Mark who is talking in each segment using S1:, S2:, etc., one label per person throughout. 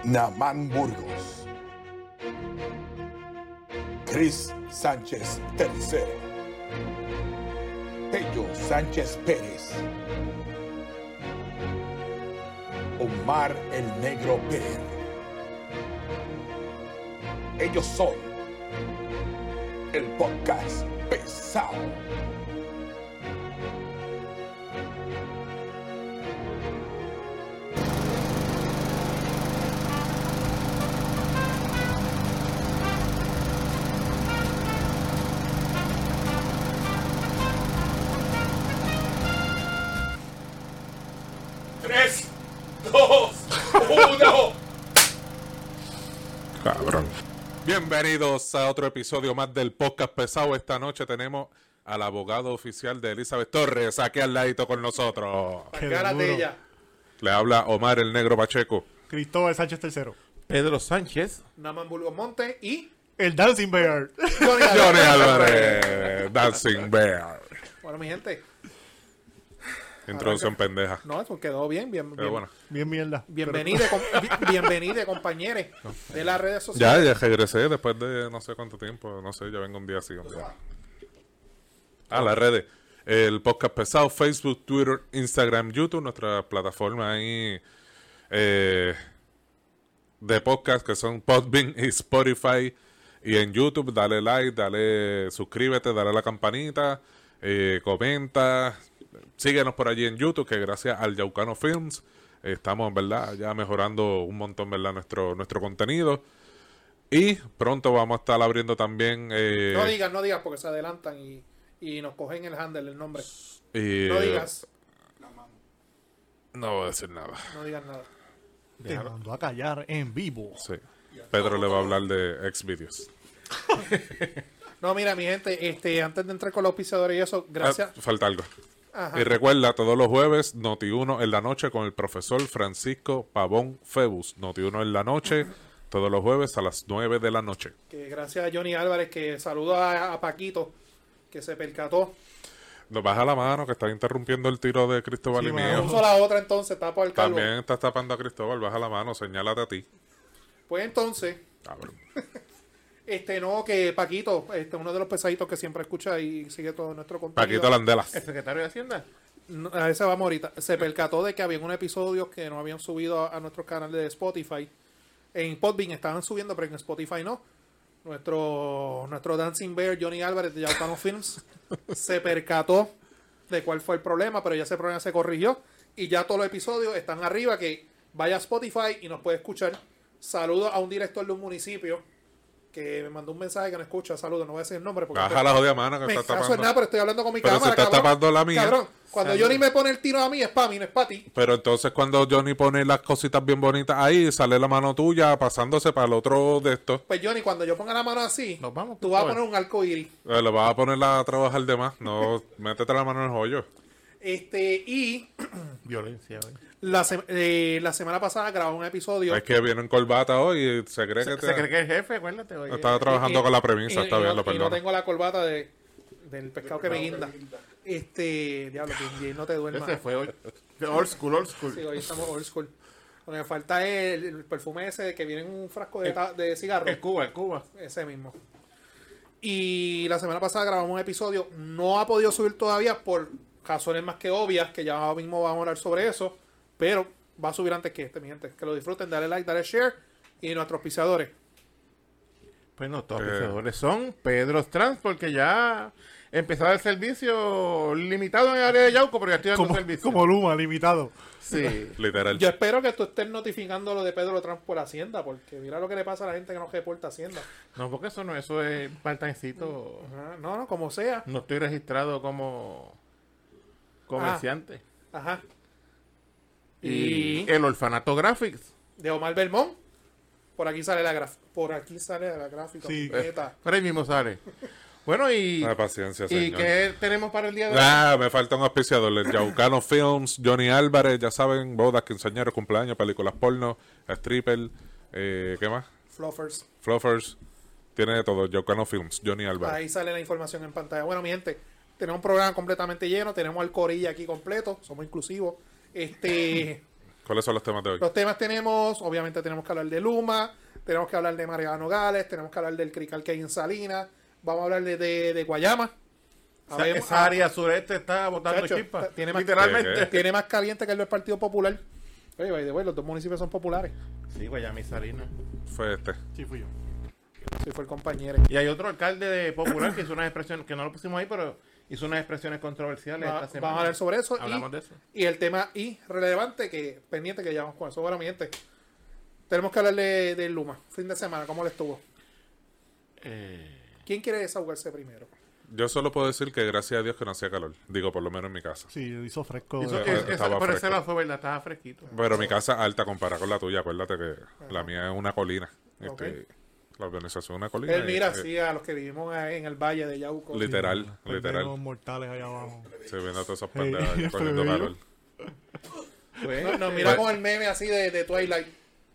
S1: Namán Burgos, Chris Sánchez III, Pello Sánchez Pérez, Omar el Negro Pérez. Ellos son el podcast pesado.
S2: Cabrón. Bienvenidos a otro episodio más del podcast pesado. Esta noche tenemos al abogado oficial de Elizabeth Torres aquí al ladito con nosotros.
S3: De ella.
S2: Le habla Omar el Negro Pacheco.
S4: Cristóbal Sánchez III.
S5: Pedro Sánchez.
S3: Namán Burgos Monte y
S4: El Dancing Bear.
S2: Johnny Álvarez. Dancing Bear.
S3: Bueno, mi gente.
S2: Introducción pendeja.
S3: No, eso quedó bien.
S2: Pero bueno.
S4: Bien mierda.
S3: Bienvenida, compañeros de las redes sociales.
S2: Ya regresé después de no sé cuánto tiempo. No sé, ya vengo un día así. Las redes. El podcast pesado, Facebook, Twitter, Instagram, YouTube, nuestra plataforma ahí de podcast que son Podbean y Spotify. Y en YouTube, dale like, suscríbete, dale a la campanita, comenta. Síguenos por allí en YouTube, que gracias al Yaucano Films estamos, ¿verdad?, ya mejorando un montón, ¿verdad?, nuestro contenido. Y pronto vamos a estar abriendo también...
S3: No digas porque se adelantan y nos cogen el handle, el nombre. No digas.
S2: No voy a decir nada.
S3: No digas nada.
S4: Te mandó a callar en vivo.
S2: Sí. Pedro le va a hablar de Xvideos.
S3: No, mira, mi gente, antes de entrar con los auspiciadores y eso, gracias.
S2: Falta algo.
S3: Ajá.
S2: Y recuerda, todos los jueves, Noti1 en la noche con el profesor Francisco Pavón Febus. Noti1 en la noche, todos los jueves a las 9 de la noche.
S3: Que gracias a Johnny Álvarez, que saluda a Paquito, que se percató.
S2: Nos baja la mano, que está interrumpiendo el tiro de Cristóbal y mío.
S3: Puso la otra entonces, tapa el calvo.
S2: También estás tapando a Cristóbal, baja la mano, señálate a ti.
S3: Pues entonces...
S2: Cabrón.
S3: No, que Paquito, uno de los pesaditos que siempre escucha y sigue todo nuestro contenido.
S2: Paquito Landelas.
S5: El secretario de Hacienda.
S3: No, a ese vamos ahorita. Se percató de que había un episodio que no habían subido a nuestro canal de Spotify. En Podbean estaban subiendo, pero en Spotify no. Nuestro Dancing Bear, Johnny Álvarez de Yaucano Films, se percató de cuál fue el problema, pero ya ese problema se corrigió. Y ya todos los episodios están arriba, que vaya a Spotify y nos puede escuchar. Saludos a un director de un municipio que me mandó un mensaje que no escucha. Saludos, no voy a decir el nombre porque
S2: Baja la jodida mano que
S3: me
S2: está
S3: caso
S2: tapando.
S3: en nada, pero estoy hablando con mi
S2: Pero
S3: cámara,
S2: se está tapando la mía.
S3: Cabrón, cuando Johnny me pone el tiro a mí es para mí, no es para ti.
S2: Pero entonces cuando Johnny pone las cositas bien bonitas ahí, sale la mano tuya pasándose para el otro de estos.
S3: Pues Johnny, cuando yo ponga la mano así,
S5: Nos vamos,
S3: tú vas a poner un arco iris.
S2: Le vas a poner a trabajar de más. No, métete la mano en el joyo.
S3: Y
S5: Violencia.
S3: la semana pasada grabé un episodio.
S2: Es que viene en corbata hoy y se cree que
S5: Se cree que es jefe, acuérdate. Oye.
S2: estaba trabajando con la premisa. Está bien, lo
S3: y no
S2: perdono.
S3: tengo la corbata del pescado que me guinda. Diablo, que no te duermas.
S5: Ese fue hoy. Old school.
S3: Sí, hoy estamos old school. Lo que me falta es el perfume ese que viene en un frasco de cigarro.
S5: El Cuba.
S3: Ese mismo. Y la semana pasada grabamos un episodio. No ha podido subir todavía por razones más que obvias, que ya mismo vamos a hablar sobre eso. Pero va a subir antes que mi gente. Que lo disfruten, dale like, dale share. Y nuestros auspiciadores.
S5: Pues nuestros auspiciadores son Pedro Transport, que ya empezaba el servicio limitado en el área de Yauco, pero ya estoy dando servicio.
S4: Como Luma, limitado.
S5: Sí.
S2: Literal.
S3: Yo espero que tú estés notificando lo de Pedro Trans por Hacienda, porque mira lo que le pasa a la gente que no reporta Hacienda.
S5: No, porque eso es part-timecito.
S3: Ajá, no, como sea.
S5: No estoy registrado como comerciante.
S3: Ajá.
S5: Y el Orfanato Graphics.
S3: De Omar Belmont. Por aquí sale la gráfica.
S4: Sí.
S3: puñeta.
S5: Por ahí mismo sale. Bueno, y
S2: Paciencia,
S5: ¿y
S2: señor.
S5: qué tenemos para el día de hoy?
S2: Me falta un auspiciador. El Yaucano Films, Johnny Álvarez, ya saben, bodas, quinceañeros, cumpleaños, películas porno, stripper, ¿qué más? Fluffers. Tiene de todo. Yaucano Films, Johnny Álvarez.
S3: Ahí sale la información en pantalla. Bueno, mi gente, tenemos un programa completamente lleno. Tenemos al Corilla aquí completo. Somos inclusivos.
S2: ¿Cuáles son los temas de hoy?
S3: Los temas obviamente tenemos que hablar de Luma, tenemos que hablar de Mariano Nogales, tenemos que hablar del crical que hay en Salinas, vamos a hablar de Guayama.
S5: Esa área sureste está botando
S3: Chacho,
S5: chispas.
S3: tiene más-
S5: Literalmente.
S3: Tiene más caliente que el del Partido Popular. Oye, by the way, los dos municipios son populares.
S5: Sí, Guayama y Salinas.
S2: Fue este.
S4: Sí, fui yo.
S3: Sí, fue el compañero.
S5: Y hay otro alcalde de Popular que hizo unas expresiones, que no lo pusimos ahí, pero hizo unas expresiones controversiales esta semana.
S3: Vamos a hablar sobre eso.
S5: Hablamos de eso.
S3: Y el tema relevante, que pendiente que llevamos con eso. Bueno, mi gente, tenemos que hablar de Luma. Fin de semana, ¿cómo le estuvo? ¿Quién quiere desahogarse primero?
S2: Yo solo puedo decir que gracias a Dios que no hacía calor. Digo, por lo menos en mi casa.
S4: Sí, hizo fresco.
S2: Estaba
S5: Pero ese
S2: fresco.
S5: lado fue verdad, estaba fresquito.
S2: Pero mi casa es alta comparada con la tuya. Acuérdate que la mía es una colina.
S3: Ok.
S2: La organización es una colina.
S3: Él mira
S2: y-
S3: así a los que vivimos en el valle de Yauco.
S2: Literal, literal.
S4: Los mortales allá abajo.
S2: Se viendo a todos esos
S4: Hey,
S2: pendejos ahí cogiendo
S4: pero
S2: calor.
S3: Nos mira con el meme así de Twilight.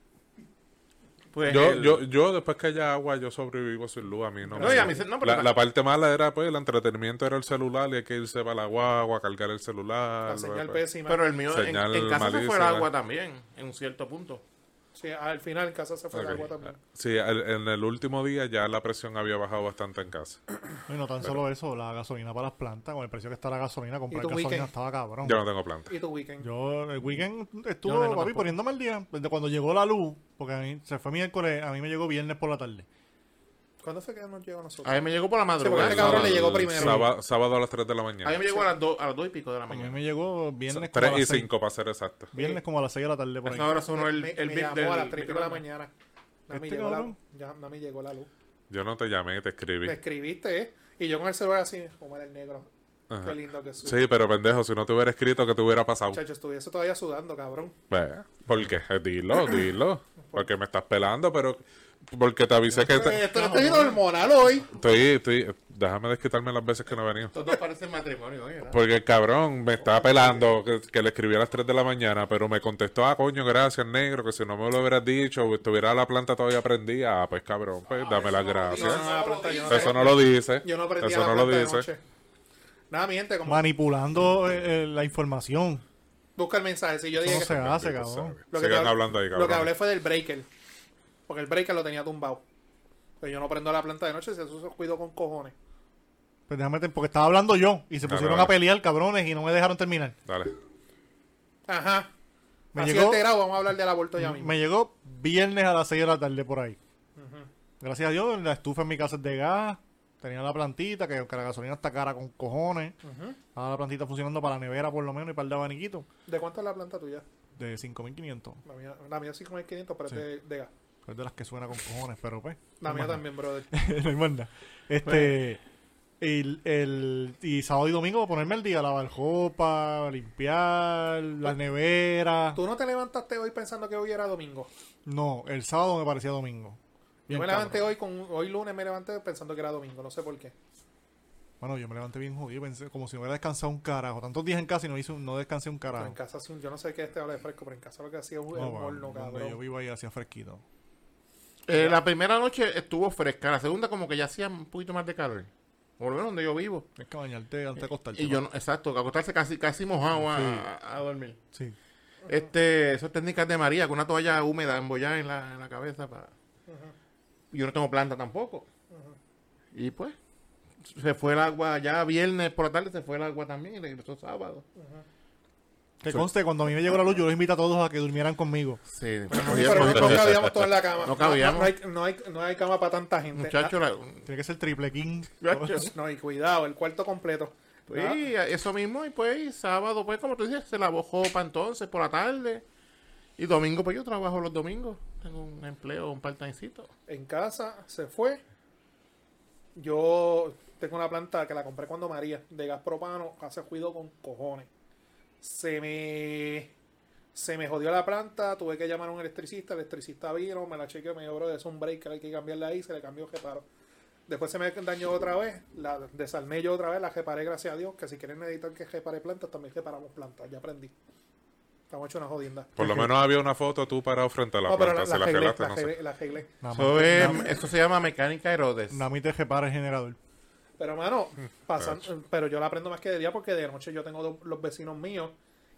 S5: Pues
S2: Yo después que haya agua, yo sobrevivo sin luz. A mí no.
S5: No,
S2: me-
S5: y a mí no, pero
S2: la parte mala era, pues, el entretenimiento era el celular y hay que irse para la guagua, cargar el celular.
S3: La señal
S2: pues,
S3: pésima.
S5: Pero el mío,
S2: Señal
S5: en casa se fue el
S2: malísima.
S5: agua también, en un cierto punto.
S3: Sí, al final en casa se fue el
S2: Ok.
S3: agua también.
S2: Sí, en el último día ya la presión había bajado bastante en casa.
S4: Y no tan solo eso, la gasolina para las plantas, con el precio que está la gasolina, comprar
S3: tu
S4: gasolina
S3: weekend?
S4: estaba cabrón.
S2: Yo no tengo planta.
S3: ¿Y tu weekend?
S4: Yo el weekend
S5: Yo
S4: estuvo,
S5: no
S4: papi,
S5: tampoco.
S4: poniéndome al día. Desde cuando llegó la luz, porque a mí se fue miércoles, a mí me llegó viernes por la tarde.
S3: ¿Cuándo fue que nos llegó a nosotros?
S5: A mí me llegó por la
S3: porque
S5: madrugada.
S3: este cabrón le llegó primero.
S2: Sábado a las 3 de la
S5: A
S2: mañana.
S5: mí me llegó a las 2 y pico de la
S4: A mí
S5: mañana.
S4: me llegó viernes como
S2: 3
S4: a
S2: y
S4: las 6.
S2: 5 para ser exacto.
S4: Viernes como a las 6 de la tarde por ahí.
S5: Eso ahora sonó el
S3: me
S5: beat
S3: llamó
S5: del
S3: a las 3 de la
S5: micrófono.
S3: mañana. No me
S4: Este
S3: llegó la
S4: cabrón.
S3: ya no me llegó la luz.
S2: Yo no te llamé, te escribí.
S3: Me escribiste, Y yo con el celular así, como era el negro.
S2: Ajá.
S3: Qué lindo que soy.
S2: Sí, pero pendejo, si no te hubiera escrito, ¿qué te hubiera pasado?
S3: Muchacho, estuviese todavía sudando, cabrón.
S2: ¿Por qué? Dilo. Porque me estás pelando, pero... Porque te avisé que...
S3: Estoy hormonal hoy.
S2: Déjame desquitarme las veces que no he venido.
S5: Estos dos parecen matrimonio, oye, ¿no?
S2: Porque el cabrón me estaba pelando que le escribí a las 3 de la mañana, pero me contestó, coño, gracias, negro, que si no me lo hubieras dicho, o estuviera la planta todavía prendida, pues cabrón, pues dame las gracias. Eso no lo dice.
S3: Yo no aprendí
S2: Eso no lo dice.
S3: Nada, mi gente, como
S4: Manipulando la información.
S3: busca el mensaje. Si yo
S4: Eso
S3: dije
S4: no se
S3: que-
S4: hace,
S2: Maldito
S4: cabrón.
S2: sea.
S3: Lo que
S2: Sigan
S3: te-
S2: hablando ahí,
S3: Lo
S2: cabrón.
S3: que hablé fue del breaker. Porque el breaker lo tenía tumbado. Pero yo no prendo la planta de noche, si eso se cuido con cojones.
S4: Pues déjame porque estaba hablando yo y se
S2: Dale,
S4: pusieron
S2: dale.
S4: a pelear, cabrones, y no me dejaron terminar.
S2: Dale.
S3: Ajá.
S4: Me
S3: Así
S4: llegó-
S3: alterado, vamos a hablar del aborto ya mismo.
S4: Me llegó viernes a las 6 de la tarde por ahí. Gracias a Dios, la estufa en mi casa es de gas. Tenía la plantita, que la gasolina está cara con cojones. Estaba la plantita funcionando para la nevera por lo menos y para el de abaniquito.
S3: ¿De cuánto es la planta tuya?
S4: De 5.500.
S3: La mía es 5.500, pero
S4: Sí.
S3: es de gas.
S4: Es de las que suena con cojones, pero pues.
S3: La
S4: no
S3: mía
S4: hay más
S3: también, brother.
S4: nada. No hay más nada. Y sábado y domingo ponerme al día, lavar ropa, limpiar, las neveras.
S3: ¿Tú no te levantaste hoy pensando que hoy era domingo?
S4: No, el sábado me parecía domingo.
S3: Yo
S4: Bien
S3: me levanté
S4: cabrón.
S3: hoy lunes me levanté pensando que era domingo, no sé por qué.
S4: Bueno, yo me levanté bien jodido, pensé como si no hubiera descansado un carajo. Tantos días en casa y no descansé un
S3: Pero
S4: carajo.
S3: en casa, yo no sé qué habla de fresco, pero en casa lo que hacía es un
S4: No,
S3: horno,
S4: donde yo
S3: cabrón.
S4: vivo ahí hacía fresquito.
S5: La primera noche estuvo fresca, la segunda como que ya hacía un poquito más de calor. Por lo menos donde yo vivo.
S4: Tienes que bañarte antes de acostarte.
S5: Y yo, no, exacto, acostarse casi mojado a dormir.
S4: Sí.
S5: Esas técnicas de María, con una toalla húmeda embollada en la cabeza. Yo no tengo planta tampoco. Y pues, se fue el agua, ya viernes por la tarde se fue el agua también y regresó sábado.
S4: Que conste, cuando a mí me llegó la luz, yo los invito a todos a que durmieran conmigo.
S5: Sí,
S3: Pero no cabíamos todos en la cama.
S5: No cabíamos.
S3: No hay cama para tanta gente.
S5: muchachos,
S4: Tiene que ser triple king.
S3: No, y cuidado, el cuarto completo.
S5: y eso mismo, y pues, y sábado, pues, como tú dices, se lavó ropa entonces por la tarde. Y domingo, pues yo trabajo los domingos. Tengo un empleo, un part-timecito.
S3: En casa se fue. Yo tengo una planta que la compré cuando María, de gas propano, hace ruido con cojones. Se me jodió la planta, tuve que llamar a un electricista, el electricista vino, me la chequeó, me dijo, bro, es un break que hay que cambiarle ahí, se le cambió el reparo. Después se me dañó otra vez, la desarmé yo otra vez, la reparé, gracias a Dios, que si quieren necesitar que repare plantas, también reparamos plantas, ya aprendí. Estamos hecho una jodienda.
S2: Por lo menos había una foto tú parado frente a la
S3: No, pero
S2: planta. Si la
S3: arreglé,
S2: arreglaste, no sé.
S3: la arreglé.
S4: Nada
S5: Eso,
S4: más.
S5: eso se llama mecánica Herodes.
S4: Nada más te repara el generador.
S3: Pero, mano, pero yo la aprendo más que de día porque de noche yo tengo los vecinos míos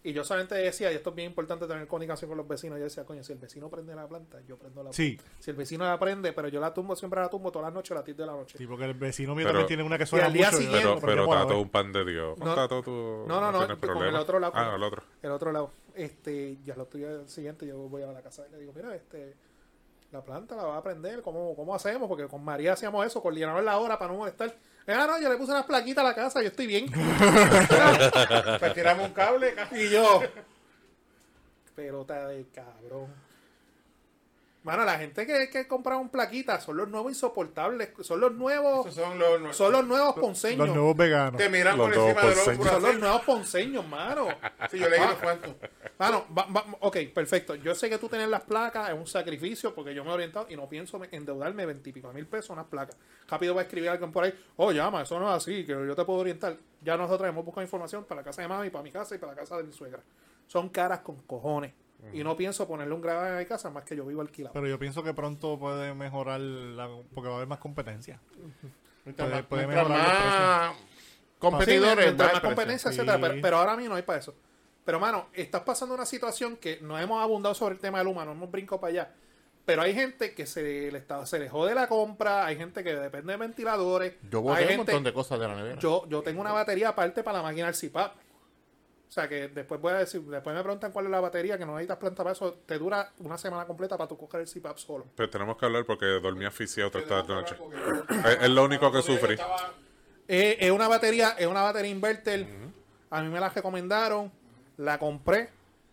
S3: Y yo solamente decía, y esto es bien importante tener comunicación con los vecinos, yo decía, coño, si el vecino prende la planta, yo prendo la planta.
S4: Sí.
S3: Si el vecino la prende, pero yo la tumbo, siempre la tumbo todas las noches a las 10 de la noche.
S4: Sí, porque el vecino mío
S2: Pero-
S4: también tiene una que suena
S3: al día
S4: mucho.
S3: siguiente-
S2: Pero
S4: prendemos a la
S2: Tato,
S4: vez.
S2: un pan de Dios. Con
S3: No.
S2: Tato tú
S3: No,
S2: tienes
S3: con
S2: problema.
S3: el otro lado.
S2: Ah, el otro.
S3: El otro lado. Ya lo día siguiente yo voy a la casa y le digo, mira, la planta la va a prender, ¿cómo hacemos? Porque con María hacíamos eso, coordinamos la hora para no molestar. No, yo le puse unas plaquitas a la casa, yo estoy bien.
S5: Pues tiramos un cable.
S3: Y yo, pelota de cabrón. Mano, la gente que compra un plaquita son los nuevos insoportables, son los nuevos,
S5: Esos son los...
S3: son los nuevos ponceños.
S4: Los nuevos veganos.
S5: Te miran
S2: Los
S5: por
S2: dos
S5: encima del
S2: ponceños.
S5: hombro.
S3: Son los
S5: así.
S3: nuevos ponceños, mano.
S5: Sí, yo leí unos cuantos.
S3: Mano, ok, perfecto. Yo sé que tú tener las placas es un sacrificio porque yo me he orientado y no pienso endeudarme 20 y pico mil pesos unas placas. Rápido va a escribir alguien por ahí, llama, eso no es así, que yo te puedo orientar. Ya nosotros hemos buscado información para la casa de mami, para mi casa y para la casa de mi suegra. Son caras con cojones. Y no pienso ponerle un grabado en mi casa más que yo vivo alquilado.
S4: Pero yo pienso que pronto puede mejorar porque va a haber más competencia.
S5: Mientras
S4: puede
S5: mientras
S4: mejorar los
S5: más
S3: Sí,
S5: competidores,
S3: mientras
S5: va
S3: más
S5: el precio.
S3: competencia,
S4: Sí.
S3: etcétera. Pero ahora mismo no hay para eso. Pero, mano, estás pasando una situación que no hemos abundado sobre el tema del humano, hemos brincado para allá. Pero hay gente que se le jode la compra, hay gente que depende de ventiladores.
S5: Yo
S3: hay
S5: boté un
S3: gente,
S5: montón de cosas de la nevera.
S3: yo tengo una batería aparte para la máquina del CPAP. O sea que después voy a decir, después me preguntan cuál es la batería, que no necesitas planta para eso, te dura una semana completa para tu coger el CPAP solo.
S2: Pero tenemos que hablar porque dormí asfixiado toda esta noche. Es lo único que sufrí.
S3: Es una batería inverter. A mí me la recomendaron, la compré,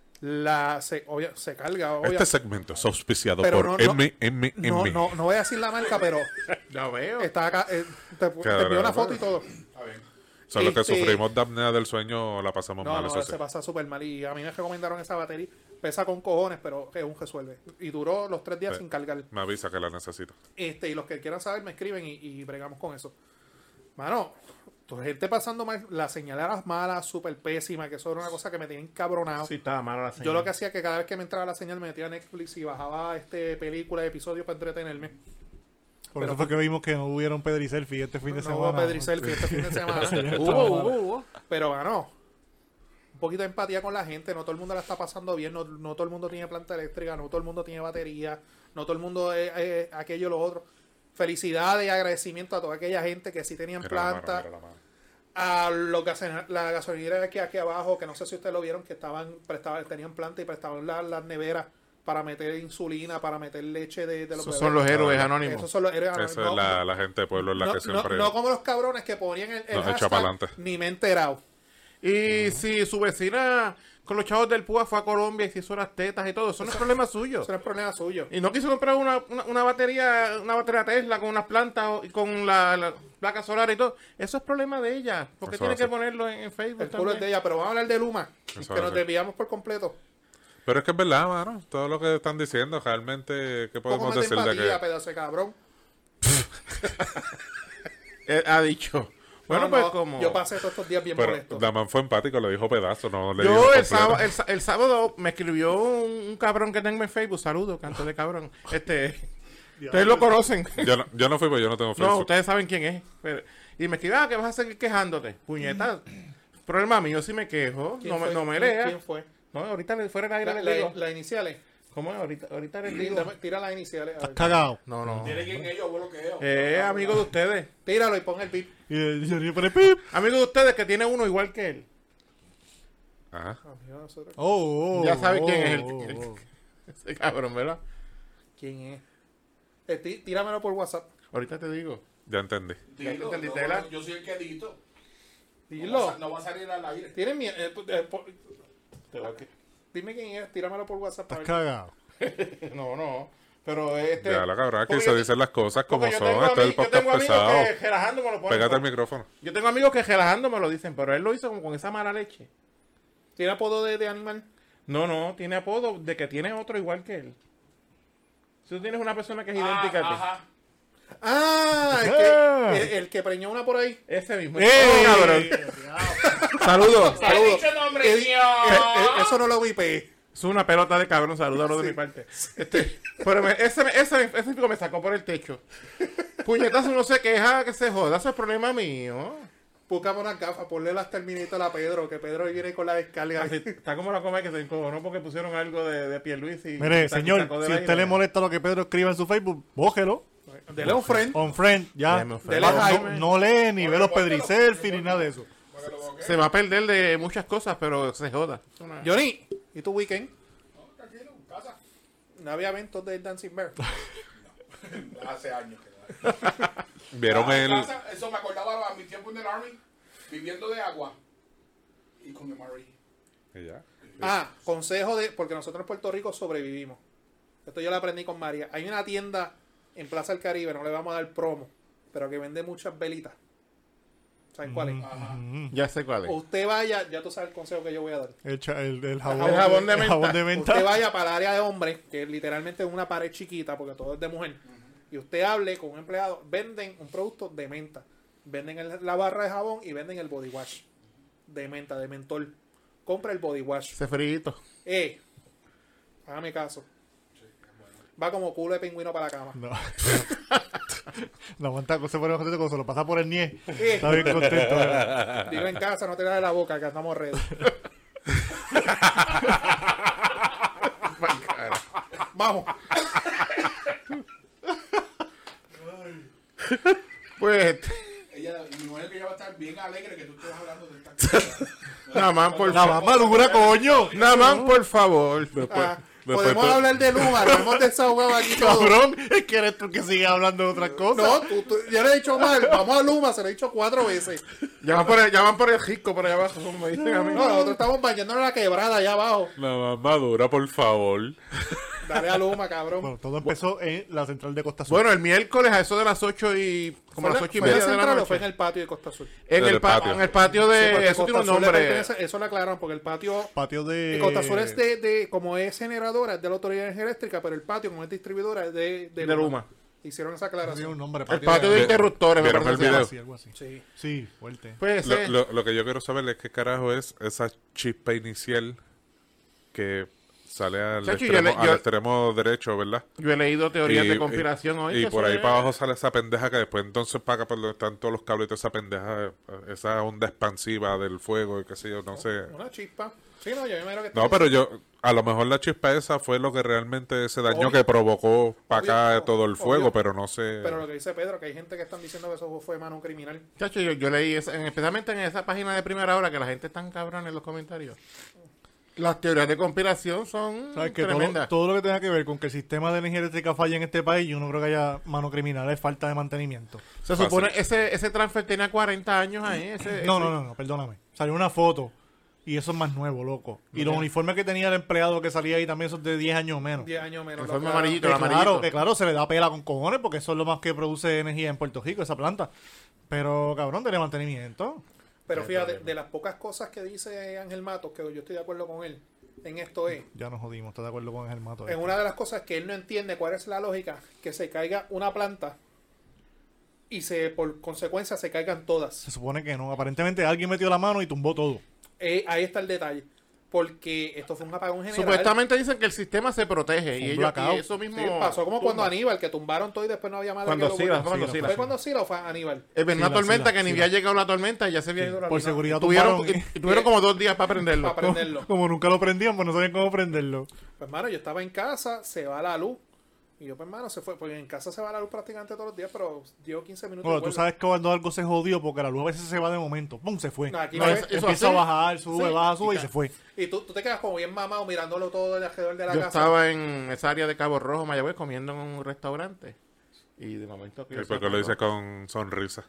S3: se carga, obvio.
S2: Este segmento es auspiciado
S3: Pero
S2: por
S3: no- no-
S2: MMM.
S3: No voy a decir la marca, pero
S5: Ya veo.
S3: está acá. Te
S2: Claro,
S3: envío una
S2: claro.
S3: foto y todo.
S2: Solo que
S3: Este-
S2: sufrimos de apnea del sueño, la pasamos mal,
S3: No,
S2: eso sí.
S3: se pasa súper mal. Y a mí me recomendaron esa batería. Pesa con cojones, pero es un resuelve. Y duró los 3 días
S2: Sí.
S3: sin cargar.
S2: Me avisa que la necesito.
S3: Y los que quieran saber me escriben y bregamos con eso. Mano, gente pasando mal, la señal era mala, súper pésima, que eso era una cosa que me tenía encabronado.
S5: Sí, estaba mala la señal.
S3: Yo lo que hacía es que cada vez que me entraba la señal me metía a Netflix y bajaba películas, episodios para entretenerme.
S4: Por eso fue que vimos que no hubieron Pedri Selfie este fin de
S3: No
S4: semana.
S3: hubo Pedri Selfie este fin de semana.
S5: Hubo.
S3: Pero ganó. Un poquito de empatía con la gente. No todo el mundo la está pasando bien. No todo el mundo tiene planta eléctrica. No todo el mundo tiene batería. No todo el mundo es aquello o lo otro. Felicidades y agradecimiento a toda aquella gente que sí tenían
S2: Mira la mano,
S3: planta.
S2: mira la mano.
S3: A los la gasolinera de aquí abajo, que no sé si ustedes lo vieron, que tenían planta y prestaban las neveras para meter insulina, para meter leche de los
S5: Esos
S3: bebés.
S5: son los héroes anónimos.
S3: Esos son los héroes
S2: Esa
S3: anónimos.
S2: es la gente de pueblo en la
S3: no,
S2: que siempre...
S3: no como los cabrones que ponían el
S2: Nos echa
S3: hashtag,
S2: pa'lante.
S3: ni me he enterado.
S5: Y si su vecina con los chavos del PUA fue a Colombia y se hizo las tetas y todo, eso no es problema suyo.
S3: Eso no es problema suyo.
S5: Y no quiso comprar una batería Tesla con unas plantas y con la placa solar y todo. Eso es problema de ella. Porque
S2: Eso
S5: tiene
S2: hace.
S5: que ponerlo en Facebook
S3: El culo es de
S5: también.
S3: ella, pero vamos a hablar de Luma,
S2: Eso
S3: que nos
S2: hace.
S3: desviamos por completo.
S2: Pero es que es verdad, mano. Todo lo que están diciendo, realmente, ¿qué
S3: Un poco
S2: podemos
S3: más de
S2: decir de
S3: empatía,
S2: que...?
S3: pedazo de cabrón.
S5: Ha dicho. Bueno,
S3: No,
S5: pues
S3: no,
S5: como...
S3: yo pasé todos estos días bien
S2: Pero
S3: molesto.
S2: Daman fue empático, le dijo pedazo, no le dijo
S5: Yo el
S2: completo.
S5: sábado me escribió un cabrón que tengo en Facebook. Saludos, canto de cabrón. Ustedes lo conocen.
S2: Yo no fui porque yo no tengo
S5: No,
S2: Facebook.
S5: ustedes saben quién es. Y me escribe, que vas a seguir quejándote. Puñeta. Problema mío si me quejo.
S3: ¿Quién
S5: No
S3: fue?
S5: me
S3: ¿Quién
S5: lea.
S3: fue?
S5: No, ahorita fuera del aire le digo.
S3: Las iniciales.
S5: ¿Cómo es? Ahorita les digo.
S3: Tira las iniciales. a ver.
S4: Cagado.
S5: No.
S1: Tiene quién ellos, abuelo, que yo.
S5: Amigo de ustedes.
S3: Tíralo y pon el beat.
S4: Y yo pone pip.
S5: Amigo de ustedes que tiene uno igual que él.
S2: Ajá.
S5: Ya sabe quién es
S4: oh.
S5: Ese cabrón, ¿verdad?
S3: ¿Quién es? Tíramelo por WhatsApp.
S5: Ahorita te digo.
S2: Ya entendí.
S1: Dilo,
S5: ¿Ya te
S1: no,
S5: Tela?
S1: yo soy el que edito.
S3: Dilo.
S1: No va a salir al aire.
S3: ¿Tienen miedo? Dime quién es. Tíramelo por WhatsApp.
S4: Estás
S3: para ver.
S4: cagado.
S5: No. Pero
S2: Ya la cabrón, que
S5: porque
S2: se
S5: yo-
S2: dicen las cosas como
S5: porque yo
S2: son.
S5: tengo
S2: Este es el
S5: yo
S2: podcast
S5: tengo amigos
S2: pesado.
S5: que relajando me lo ponen.
S2: Pégate el micrófono.
S5: Yo tengo amigos que relajando me lo dicen, pero él lo hizo como con esa mala leche.
S3: ¿Tiene apodo de animal?
S5: No, tiene apodo de que tiene otro igual que él. Si tú tienes una persona que es idéntica a ti.
S1: Ajá.
S3: El que preñó una por ahí.
S5: Ese mismo.
S4: ¡Ey!
S5: Oh, cabrón. Saludos.
S1: ¡He dicho nombre mío!
S3: Eso no lo vi, pe.
S5: Es una pelota de cabrón, salúdalo de mi parte. Pero ese tipo me sacó por el techo. Puñetazo no se queja, que se joda, eso es problema mío.
S3: Búscame unas gafas, ponle las terminitas a Pedro, que Pedro viene con la descarga.
S5: Así, está como la coma que se encojonó porque pusieron algo de Pierluisi.
S4: Mire, señor,
S5: sacó del
S4: si
S5: aire.
S4: usted le molesta lo que Pedro escriba en su Facebook, bójelo.
S3: Dele un friend.
S4: On friend, ya.
S5: Déjeme un friend.
S3: Dele
S4: No,
S3: hype.
S4: no lee ni ve los pedriselfies ni nada de eso.
S1: Para que lo bloquee.
S5: Se va a perder de muchas cosas, pero se joda. Es una-
S3: Johnny, ¿y tu weekend?
S1: No, tranquilo, en casa.
S3: No había eventos del Dancing Bear.
S1: Hace años que no.
S2: ¿Vieron
S1: En
S2: el...?
S1: casa, eso me acordaba a mi tiempo en el Army, viviendo de agua. Y con el Marie.
S2: Y ya.
S3: Consejo de... Porque nosotros en Puerto Rico sobrevivimos. Esto yo lo aprendí con María. Hay una tienda en Plaza del Caribe, no le vamos a dar promo, pero que vende muchas velitas. ¿Saben cuál es?
S1: Ajá.
S5: Ya sé cuál es.
S3: Usted vaya, ya tú sabes el consejo que yo voy a dar.
S4: El jabón,
S5: El jabón de
S4: el
S5: menta.
S4: jabón de menta.
S3: Usted vaya para el área de hombres, que literalmente es una pared chiquita, porque todo es de mujer, y usted hable con un empleado, venden un producto de menta. Venden la barra de jabón y venden el body wash de menta, de mentol. Compra el body wash.
S5: Ese frito.
S3: Hágame caso. Va como culo de pingüino para la cama.
S4: No. No aguanta, se pone contento cuando se lo pasa por el nie.
S3: Eh,
S4: Está bien contento. ¿verdad?
S3: Digo en casa, no te la de la boca, que andamos ready. Vamos.
S5: Pues,
S1: Ella, mi mujer que ella va a estar bien alegre que tú estés hablando de esta cosa.
S5: nada más por
S4: La
S5: favor.
S4: más madura, coño.
S5: Nada más por favor.
S3: Podemos hablar de Luma, lo hemos desahogado aquí todo.
S4: Cabrón, es que eres tú que sigues hablando de otras cosas.
S3: No, yo le he dicho mal. Vamos a Luma, se lo he dicho 4 veces.
S5: Ya van por el risco por allá abajo, como me dicen a mí.
S3: No, nosotros estamos bañándonos en la quebrada allá abajo.
S2: La más madura, por favor.
S3: Dale a Luma, cabrón.
S4: Bueno, todo empezó en la central de Costa Sur.
S5: Bueno, el miércoles a eso de las 8 y... Como a las 8 y
S3: ¿Fue en
S5: media
S3: la
S5: de la
S3: central o fue en
S5: noche.
S3: el patio de Costa Sur?
S5: En
S2: En
S5: el
S2: el patio.
S5: en el patio
S3: Sí,
S5: de...
S3: porque
S5: Eso tiene un
S3: Costa Sur le
S5: nombre.
S3: pertenece- eso lo aclararon, porque el patio...
S4: Patio de...
S3: Costa Sur es de como es generadora, es de la Autoridad de Energía Eléctrica, pero el patio, como es distribuidora, es de
S5: Luma.
S3: Hicieron esa
S4: Tiene
S3: aclaración.
S4: un nombre.
S5: El patio de
S2: de-
S5: interruptores, me
S2: ¿Vieron
S5: parece
S2: el
S5: que se llama.
S2: video?
S4: Algo así, algo así.
S3: Sí.
S4: Sí, fuerte.
S5: Pues ese-
S2: Lo que yo quiero saber es qué carajo es esa chispa inicial que sale al,
S5: Chacho,
S2: extremo,
S5: yo-
S2: al extremo derecho, ¿verdad?
S5: yo he leído teorías
S2: Y-
S5: de conspiración hoy.
S2: Y
S5: que
S2: por
S5: eso
S2: ahí
S5: es-
S2: para abajo sale esa pendeja que después entonces paga por donde están todos los cables y toda esa pendeja, esa onda expansiva del fuego y qué sé yo, no sé.
S3: Una chispa. Sí, no, yo me imagino que...
S2: No, pero a lo mejor la chispa esa fue lo que realmente ese daño
S3: Obvio.
S2: que provocó para acá
S3: Obvio,
S2: todo el fuego,
S3: obvio.
S2: pero no sé.
S3: Pero lo que dice Pedro, que hay gente que están diciendo que eso fue mano criminal.
S5: Chacho, yo leí, especialmente en esa página de Primera Hora, que la gente es tan cabrón en los comentarios. Las teorías de conspiración son
S4: ¿Sabes que
S5: tremendas.
S4: todo lo que tenga que ver con que el sistema de energía eléctrica falla en este país, yo no creo que haya mano criminal, es falta de mantenimiento.
S5: Se supone, ese transfer tenía 40 años ahí.
S4: No, perdóname. Salió una foto y eso es más nuevo, loco. Y los uniformes que tenía el empleado que salía ahí también son de 10 años menos.
S3: 10 años menos.
S5: El
S3: lo
S5: forma
S3: aclararon.
S5: amarillito,
S4: Que
S5: el
S4: claro,
S5: amarillito.
S4: que claro, se le da pela con cojones porque eso es lo más que produce energía en Puerto Rico, esa planta. Pero, cabrón, tiene mantenimiento.
S3: Pero fíjate, de las pocas cosas que dice Ángel Matos, que yo estoy de acuerdo con él, en esto es,
S4: Ya nos jodimos, ¿estás de acuerdo con el mato?
S3: en una de las cosas que él no entiende cuál es la lógica, que se caiga una planta y por consecuencia se caigan todas.
S4: Se supone que no. Aparentemente alguien metió la mano y tumbó todo.
S3: Ahí está el detalle. Porque esto fue un apagón general.
S5: Supuestamente dicen que el sistema se protege.
S4: Un
S5: Y, ellos,
S4: blackout.
S5: y eso mismo.
S3: Sí, pasó como cuando
S5: tumba.
S3: Aníbal, que tumbaron todo y después no había madre
S5: Cuando
S3: que
S5: Sila,
S3: lo
S5: cuando
S3: ¿Fue
S5: Sila.
S3: cuando Sila o fue Aníbal?
S5: Una
S4: Sila,
S5: tormenta
S4: Sila,
S5: que ni
S4: Sila.
S5: había llegado la tormenta y ya se había ido la
S4: Por
S5: luz.
S4: seguridad
S5: Tuvieron,
S4: tumbaron.
S5: y tuvieron como 2 días para prenderlo.
S3: Para prenderlo.
S4: Como nunca lo prendían, pues no sabían cómo prenderlo.
S3: Pues hermano, yo estaba en casa, se va la luz. Y yo, pues hermano, se fue. Porque en casa se va la luz prácticamente todos los días, pero dio 15 minutos.
S4: Bueno,
S3: y
S4: tú
S3: vuelve.
S4: sabes que cuando algo se jodió, porque la luz a veces se va de momento. ¡Pum! Se fue.
S3: No, aquí
S5: No,
S3: no
S5: eso
S3: es.
S5: así.
S4: Empieza a bajar, sube,
S3: Sí.
S4: baja, sube y
S3: Y
S4: se fue.
S3: Y tú te quedas como bien mamado mirándolo todo alrededor de la
S5: Yo
S3: casa.
S5: estaba en esa área de Cabo Rojo, Mayagüez, comiendo en un restaurante. Y de momento... que
S2: ¿Y
S5: yo
S2: por qué
S5: saco-
S2: lo dice con sonrisa?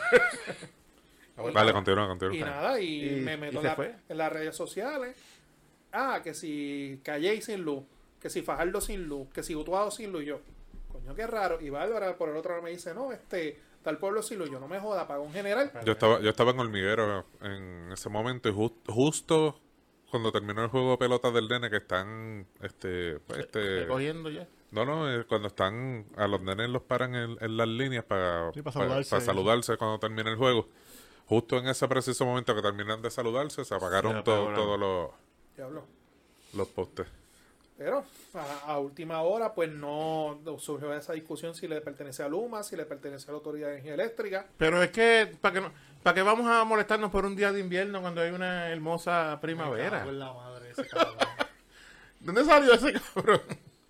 S3: Y-
S2: Vale, continúa.
S3: Y nada, y
S5: Y-
S3: me meto
S5: y
S3: en,
S5: se fue.
S3: en las redes sociales. Que si Calle sin luz, que si Fajardo sin luz, que si Utuado sin luz. Yo, coño, qué raro. Y Bárbara por el otro lado me dice, no, tal pueblo sin luz. Yo, no me joda, apagón general.
S2: Yo estaba en Hormiguero en ese momento y justo cuando terminó el juego de pelotas del nene que están
S5: Cogiendo ya.
S2: no, cuando están a los nenes los paran en las líneas para
S4: Sí, para saludarse.
S2: para saludarse cuando termina el juego. Justo en ese preciso momento que terminan de saludarse se apagaron
S5: Se apagó la-
S2: todos
S3: Diablo.
S2: los postes.
S3: Pero a última hora, pues no surgió esa discusión si le pertenece a Luma, si le pertenece a la Autoridad de Energía Eléctrica.
S5: Pero es que, ¿para qué vamos a molestarnos por un día de invierno cuando hay una hermosa primavera?
S4: Cago en la madre ese cabrón.
S5: ¿Dónde salió ese cabrón?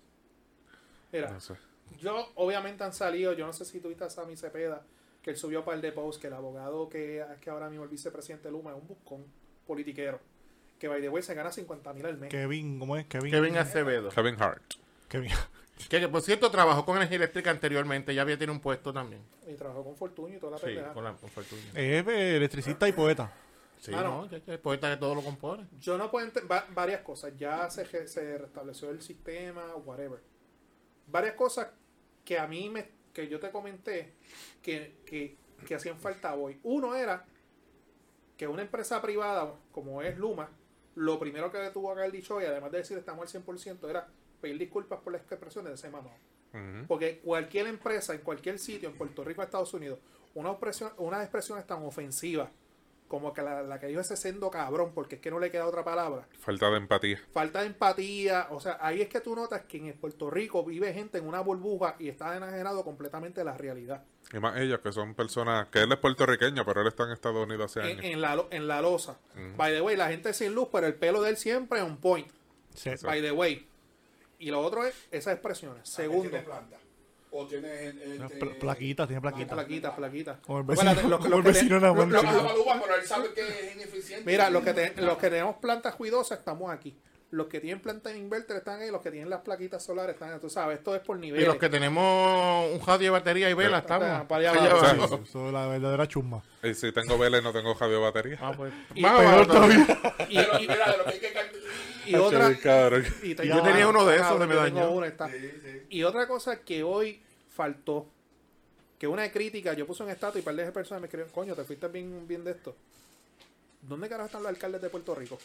S3: Mira,
S2: No sé.
S3: yo obviamente han salido, yo no sé si tuviste a Sammy Cepeda, que él subió un par de posts, que el abogado que ahora mismo el vicepresidente de Luma es un buscón politiquero, que by the way se gana 50,000 al mes.
S4: Kevin, ¿cómo es?
S5: Kevin Acevedo.
S2: Kevin Hart.
S4: Kevin.
S5: Que por cierto trabajó con energía eléctrica anteriormente, ya había tenido un puesto también.
S3: Y trabajó con Fortunio y toda la
S5: Sí,
S3: pendeja.
S5: con Fortuna.
S4: Es electricista y poeta.
S5: Sí,
S3: Ah,
S5: no, ya que el poeta que todo lo compone.
S3: Yo no puedo varias cosas. Ya se restableció el sistema, whatever. Varias cosas que a mí que yo te comenté que hacían falta hoy. Uno era que una empresa privada como es Luma, lo primero que tuvo que haber dicho hoy, además de decir estamos al 100%, era pedir disculpas por las expresiones de ese mamado.
S2: Ujú.
S3: Porque cualquier empresa, en cualquier sitio, en Puerto Rico, Estados Unidos, unas expresiones tan ofensivas como que la que dijo ese sendo cabrón, porque es que no le queda otra palabra.
S2: Falta de empatía.
S3: Falta de empatía, o sea, ahí es que tú notas que en Puerto Rico vive gente en una burbuja y está enajenado completamente de la realidad.
S2: Y más ellos, que son personas, que él es puertorriqueño, pero él está en Estados Unidos hace años.
S3: En la loza. By the way, la gente sin luz, pero el pelo de él siempre on point.
S4: Sí.
S3: By the way. Y lo otro es esas expresiones. Segundo,
S1: ¿Tiene planta? ¿O tiene
S4: Plaquitas, tiene plaquitas.
S3: plaquitas.
S4: Como el
S3: Bueno,
S4: vecino,
S3: lo
S4: como el
S3: que
S4: vecino
S3: te-
S4: nada más.
S3: lo-
S1: Ah, Maluma, pero él sabe que es ineficiente.
S3: Mira, los que tenemos plantas cuidosas estamos aquí. Los que tienen plantas inverter están ahí, los que tienen las plaquitas solares están ahí. Tú sabes, esto es por
S5: Y
S3: niveles.
S5: los que tenemos un radio de batería y vela, estamos
S3: Para allá
S5: allá
S3: abajo.
S5: abajo.
S4: Eso es la verdadera chumba.
S2: Y si tengo vela y no tengo radio batería.
S5: Ah, pues.
S3: Y-
S5: Vamos,
S4: peor todavía.
S3: Y,
S1: Pero
S3: y-
S1: mira, de lo que hay que
S3: y otra...
S2: Cabrón.
S3: y te-
S5: Yo tenía uno de esos,
S3: cabrón,
S5: se me
S3: yo tengo
S5: dañó.
S3: uno, está. Y otra cosa que hoy faltó, que una crítica, yo puse un estatus y un par de personas me escribieron, coño, te fuiste bien de esto. ¿Dónde carajo están los alcaldes de Puerto Rico?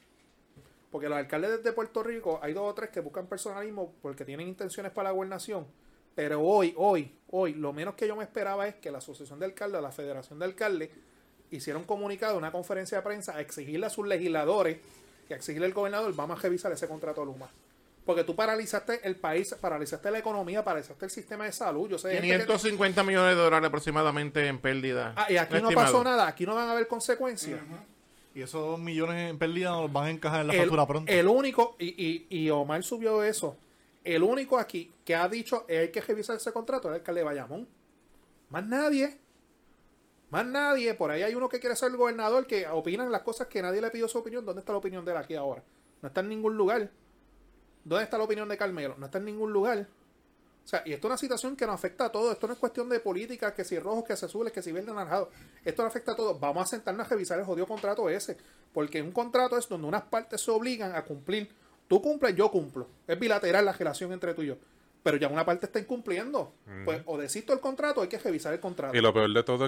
S3: Porque los alcaldes de Puerto Rico, hay 2 o 3 que buscan personalismo porque tienen intenciones para la gobernación. Pero hoy, lo menos que yo me esperaba es que la Asociación de Alcaldes, la Federación de Alcaldes, hiciera un comunicado, una conferencia de prensa, a exigirle a sus legisladores y a exigirle al gobernador, vamos a revisar ese contrato de Luma. Porque tú paralizaste el país, paralizaste la economía, paralizaste el sistema de salud. Yo sé de gente que-
S5: 550 millones de dólares aproximadamente en pérdida.
S3: y aquí no
S5: estimado.
S3: pasó nada, aquí no van a haber consecuencias.
S4: Y esos 2 millones en pérdida nos van a encajar en la
S3: El,
S4: factura pronto.
S3: el único, y Omar subió eso, el único aquí que ha dicho hay que revisar ese contrato es el alcalde de Bayamón. Más nadie. Por ahí hay uno que quiere ser el gobernador que opinan las cosas que nadie le pidió su opinión. ¿Dónde está la opinión de él aquí ahora? No está en ningún lugar. ¿Dónde está la opinión de Carmelo? No está en ningún lugar. O sea, y esto es una situación que nos afecta a todos. Esto no es cuestión de política, que si rojos, que si azules, que si verde, naranjado. Esto nos afecta a todos. Vamos a sentarnos a revisar el jodido contrato ese. Porque un contrato es donde unas partes se obligan a cumplir. Tú cumples, yo cumplo. Es bilateral la relación entre tú y yo. Pero ya una parte está incumpliendo. Pues o desisto el contrato, hay que revisar el contrato.
S2: Y lo peor de todo es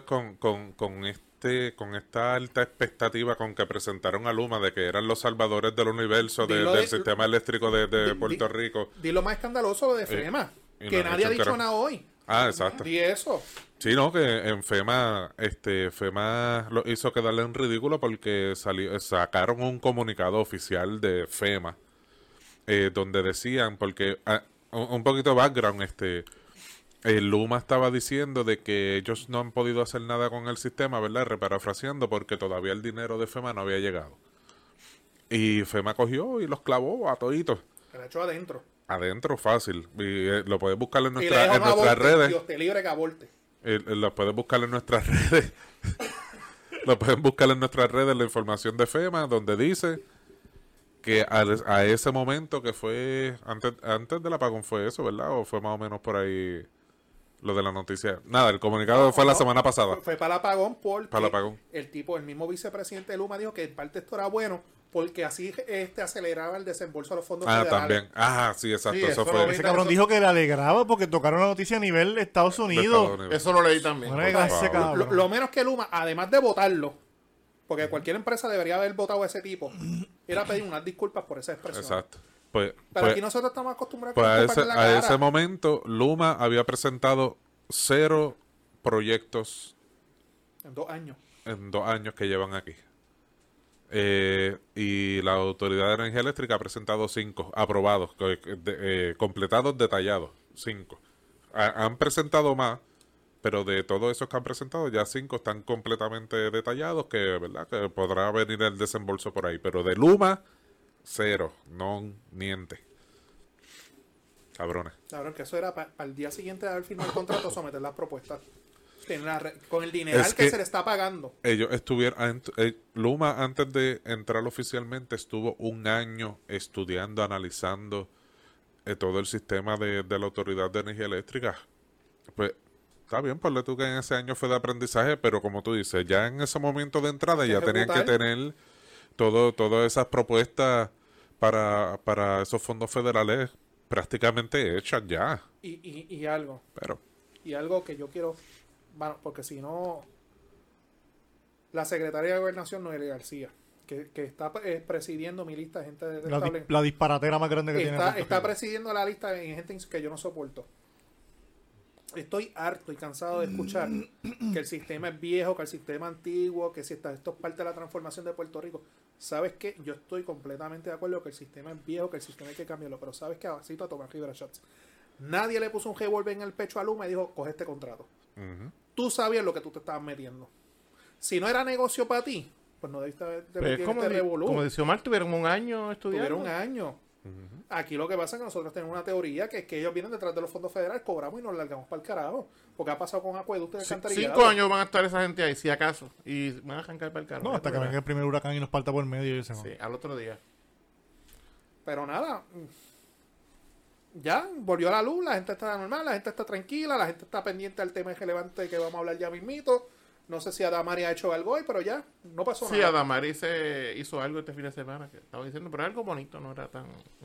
S2: con esta alta expectativa con que presentaron a Luma de que eran los salvadores del universo
S3: Dilo
S2: del
S3: de-
S2: sistema eléctrico de Puerto Rico.
S3: Di lo más escandaloso de FEMA.
S2: y
S3: Que
S2: no han
S3: nadie ha
S2: hecho
S3: dicho
S2: carajo.
S3: nada hoy.
S2: Ah, exacto.
S3: Di eso.
S2: Sí, no, que en FEMA lo hizo quedarle en ridículo porque sacaron un comunicado oficial de FEMA donde decían, porque un poquito de background, Luma estaba diciendo de que ellos no han podido hacer nada con el sistema, ¿verdad? Reparafraseando, porque todavía el dinero de FEMA no había llegado. Y FEMA cogió y los clavó a toditos.
S3: Se la echó adentro.
S2: Adentro, fácil. Y lo puedes buscar en,
S3: Y le dejó
S2: en
S3: un
S2: nuestras
S3: aborte.
S2: redes.
S3: Dios te libre que aborte.
S2: Lo puedes buscar en nuestras redes. Lo pueden buscar en nuestras redes la información de FEMA, donde dice que a ese momento que fue antes del apagón fue eso, ¿verdad? O fue más o menos por ahí lo de la noticia. Nada, el comunicado fue la semana pasada.
S3: Fue para el apagón porque
S2: Para el apagón.
S3: el mismo vicepresidente de Luma dijo que en parte esto era bueno porque así aceleraba el desembolso a los fondos
S2: Ah,
S3: federales.
S2: también. Ah, sí, exacto.
S5: Sí,
S2: eso
S5: eso lo
S2: fue.
S5: vi.
S4: Ese cabrón dijo que le alegraba porque tocaron la noticia a nivel Estados
S2: de
S4: Unidos.
S2: Estados Unidos.
S5: Eso lo leí también.
S4: Bueno, gracias a ese
S2: favor.
S4: cabrón.
S3: Lo menos que Luma, además de votarlo, porque cualquier empresa debería haber votado a ese tipo, era pedir unas disculpas por esa expresión.
S2: Exacto. Pues,
S3: Pero
S2: pues-
S3: aquí nosotros estamos acostumbrados
S2: pues
S3: a
S2: a
S3: que nos
S2: ese,
S3: escupan en la
S2: a
S3: cara.
S2: ese momento, Luma había presentado 0 proyectos
S3: En 2 años.
S2: en 2 años que llevan aquí. y la Autoridad de Energía Eléctrica ha presentado 5 aprobados, completados, detallados, 5. Han presentado más, pero de todos esos que han presentado, ya 5 están completamente detallados, que verdad que podrá venir el desembolso por ahí. Pero de Luma, 0, no, niente. Cabrones.
S3: Cabrón, que eso era para el día siguiente de haber firmado el contrato, someter las propuestas. Con el dineral que se le está pagando.
S2: Ellos estuvieron, Luma antes de entrar oficialmente estuvo un año estudiando, analizando todo el sistema de la Autoridad de Energía Eléctrica. Pues está bien, ponle tú que en ese año fue de aprendizaje, pero como tú dices, ya en ese momento de entrada ya tenían que tener todas esas propuestas para esos fondos federales prácticamente hechas ya.
S3: Y algo.
S2: Pero
S3: Y algo que yo quiero, bueno, porque si no, la secretaria de Gobernación, Noelia García, que está presidiendo mi lista de gente de
S4: La disparatera más grande que tiene Puerto
S3: está
S4: Rico.
S3: presidiendo la lista de gente que yo no soporto. Estoy harto y cansado de escuchar que el sistema es viejo, que el sistema es antiguo, que si esto es parte de la transformación de Puerto Rico. ¿Sabes qué? Yo estoy completamente de acuerdo que el sistema es viejo, que el sistema hay que cambiarlo, pero ¿sabes qué? Cito a Tomás Rivera Schatz. Nadie le puso un revólver en el pecho a Luma y dijo, coge este contrato. Tú sabías lo que tú te estabas metiendo. Si no era negocio para ti, pues no debiste haber metido este revolú.
S5: Como decía Omar, tuvieron un año estudiando.
S3: Tuvieron un año. Aquí lo que pasa es que nosotros tenemos una teoría que es que ellos vienen detrás de los fondos federales, cobramos y nos largamos para el carajo. Porque ha pasado con acueductos de alcantarillado.
S5: 5 años van a estar esa gente ahí, si acaso. Y van a arrancar para el carajo.
S4: No, hasta que venga el primer huracán y nos parta por el medio y se va.
S5: Sí, al otro día.
S3: Pero nada, ya volvió la luz, la gente está normal, la gente está tranquila, la gente está pendiente del tema relevante que vamos a hablar ya mismito. No sé si Adamari ha hecho algo hoy, pero ya, no pasó
S5: Sí,
S3: nada.
S5: Adamari se hizo algo este fin de semana que estaba diciendo, pero algo bonito, no era tan...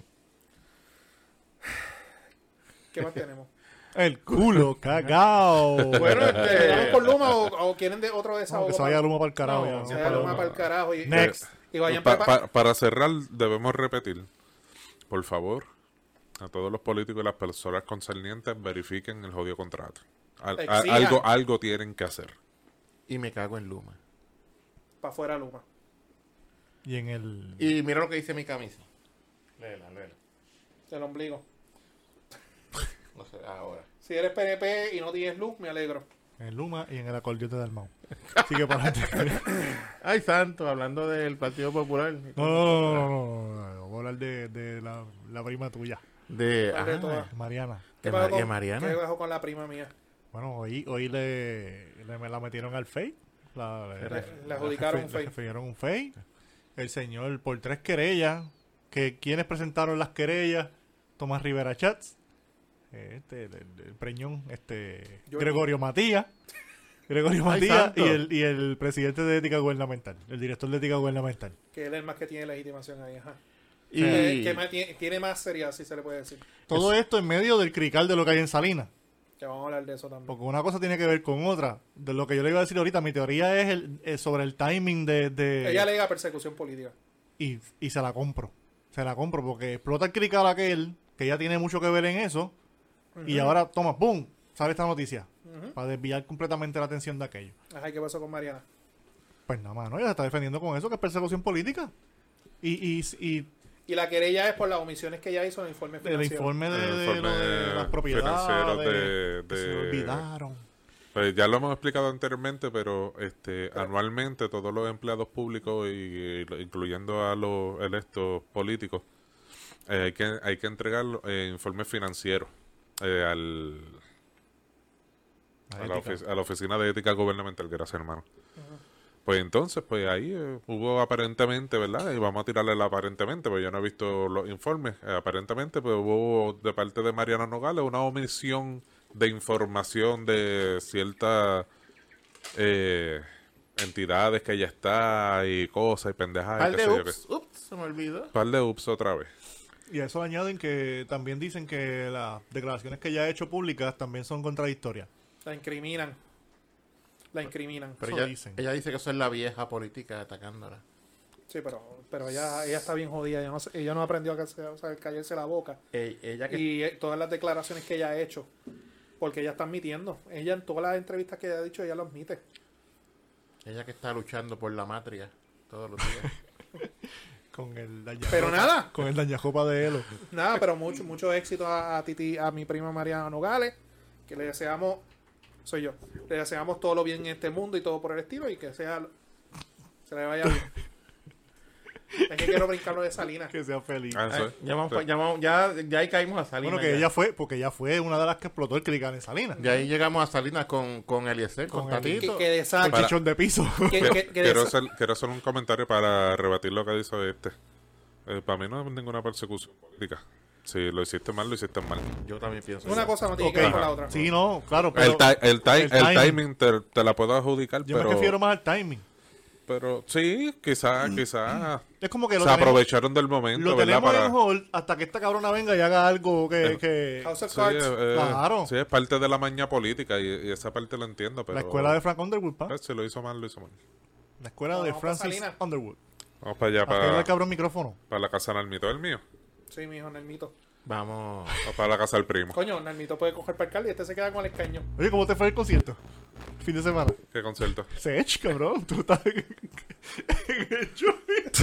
S3: ¿Qué más tenemos?
S4: El culo cagao.
S5: Bueno,
S3: ¿Vamos con Luma o quieren de otro de
S4: No, que se vaya Luma para el carajo.
S5: No,
S4: ya.
S3: Se vaya Luma para el carajo y,
S4: Next.
S3: y vayan
S2: Para cerrar, debemos repetir, por favor, a todos los políticos y las personas concernientes, verifiquen el jodido contrato.
S3: Exijan.
S2: Algo tienen que hacer.
S5: Y me cago en Luma.
S3: para afuera Luma.
S4: Y en el...
S5: Y mira lo que dice mi camisa. Léela.
S3: El ombligo.
S5: No sé, ahora.
S3: Si eres PNP y no tienes luz, me alegro.
S4: En el Luma y en el acordeón de Dalmau. Sigue para adelante.
S5: Ay, santo, hablando del Partido Popular.
S4: No. Voy a hablar de la prima tuya,
S5: De...
S3: ¿Cuál de
S5: ajá,
S3: todas?
S4: Mariana.
S5: ¿Qué
S3: pasó con-
S5: Mariana?
S3: ¿Qué bajó con la prima mía?
S4: Bueno, hoy me la metieron al fake.
S3: Le adjudicaron un fake.
S4: Le refirieron un fake. El señor, por 3 querellas, que quienes presentaron las querellas, Tomás Rivera Schatz, el preñón,
S3: Yo-
S4: Gregorio Matías,
S5: santo.
S4: y el presidente de ética gubernamental, el director de ética gubernamental.
S3: Que él es el más que tiene legitimación ahí, ajá.
S5: Y...
S3: Que más tiene más seriedad, si se le puede decir.
S4: Todo esto en medio del crical de lo que hay en Salinas.
S3: Que vamos a hablar de eso también.
S4: Porque una cosa tiene que ver con otra. De lo que yo le iba a decir ahorita, mi teoría es sobre el timing de
S3: Ella alega persecución política.
S4: y se la compro. Se la compro porque explota el crical aquel, que ya tiene mucho que ver en eso, y ahora, toma, ¡boom! Sale esta noticia. Para desviar completamente la atención de aquello.
S3: Ajá, ¿y qué pasó con Mariana?
S4: Pues nada más, ¿no? Ella se está defendiendo con eso, que es persecución política. Y
S3: Y la querella es por las omisiones que ella hizo en el informe
S4: el
S3: financiero.
S4: informe
S2: El
S4: de
S2: informe
S4: lo de las
S2: financiero
S4: propiedades, que se
S2: de-
S4: olvidaron.
S2: Pues ya lo hemos explicado anteriormente, pero anualmente todos los empleados públicos, incluyendo a los electos políticos, hay que entregar informes financieros a la Oficina de Ética Gubernamental, gracias hermano. Pues entonces, pues ahí hubo aparentemente, ¿verdad? Y vamos a tirarle el aparentemente, pues yo no he visto los informes. Aparentemente, pues hubo de parte de Mariana Nogales una omisión de información de ciertas entidades que ella está y cosas y pendejadas.
S5: Par
S2: y qué
S5: de
S2: sé yo
S5: ups, ups, se me olvidó.
S2: qué. Par de ups otra vez.
S4: Y a eso le añaden que también dicen que las declaraciones que ella ha hecho públicas también son contradictorias.
S3: La incriminan.
S5: Pero
S4: Eso dicen.
S5: ella dice que eso es la vieja política atacándola.
S3: Sí, pero ella está bien jodida. Ella no aprendió a callarse la boca.
S5: Ella que...
S3: Y todas las declaraciones que ella ha hecho, porque ella está admitiendo. Ella en todas las entrevistas que ella ha dicho, ella lo admite.
S5: Ella que está luchando por la matria todos los días.
S4: Con el dañajopa.
S3: Pero nada.
S4: Con el dañajopa de Elo.
S3: Nada, pero mucho éxito a Titi, a mi prima Mariana Nogales, que le deseamos, soy yo, le deseamos todo lo bien en este mundo y todo por el estilo y que se le vaya bien. Es que quiero brincarlo de Salinas.
S4: Que sea feliz.
S2: Ah, eso es.
S5: Ya ahí caímos a Salinas.
S4: Bueno, que
S5: ya.
S4: porque ella fue una de las que explotó el crical en Salinas.
S5: De ahí llegamos a Salinas con Eliezer, con
S4: Con el-
S5: Tatito.
S3: Que de
S4: Con
S3: saque.
S4: chichón de piso.
S2: Quiero hacer un comentario para rebatir lo que dice para mí no es ninguna persecución política. Si lo hiciste mal, lo hiciste mal.
S5: Yo también pienso
S3: Una
S5: eso.
S3: cosa no tiene
S4: Ok.
S3: que ver con la otra.
S4: Sí, no, claro, pero
S2: El timing te la puedo adjudicar,
S4: yo me refiero más al timing.
S2: pero sí, quizás
S4: Es como que
S2: se aprovecharon del momento,
S4: lo
S2: ¿verdad?
S4: tenemos en hold hasta que esta cabrona venga y haga algo que
S3: House of
S2: Sí,
S3: Cards.
S4: Claro.
S2: sí, es parte de la maña política y esa parte lo entiendo, pero
S4: la escuela de Frank Underwood, pa.
S2: pues, si lo hizo mal, lo hizo mal.
S4: La escuela
S3: No,
S4: de
S3: vamos pa'
S4: Francis
S3: Salinas.
S4: Underwood.
S2: Vamos para allá,
S4: Aquel el cabrón micrófono.
S2: para la casa de Nalmito, el mío.
S3: Sí, mi hijo Nalmito.
S5: Vamos.
S2: O para la casa del primo.
S3: Coño, Nalmito puede coger para el alcalde y este se queda con el escaño.
S4: Oye, ¿cómo te fue el concierto? Fin de semana.
S2: ¿Qué concierto?
S4: Sech, cabrón. Tú estás en el show.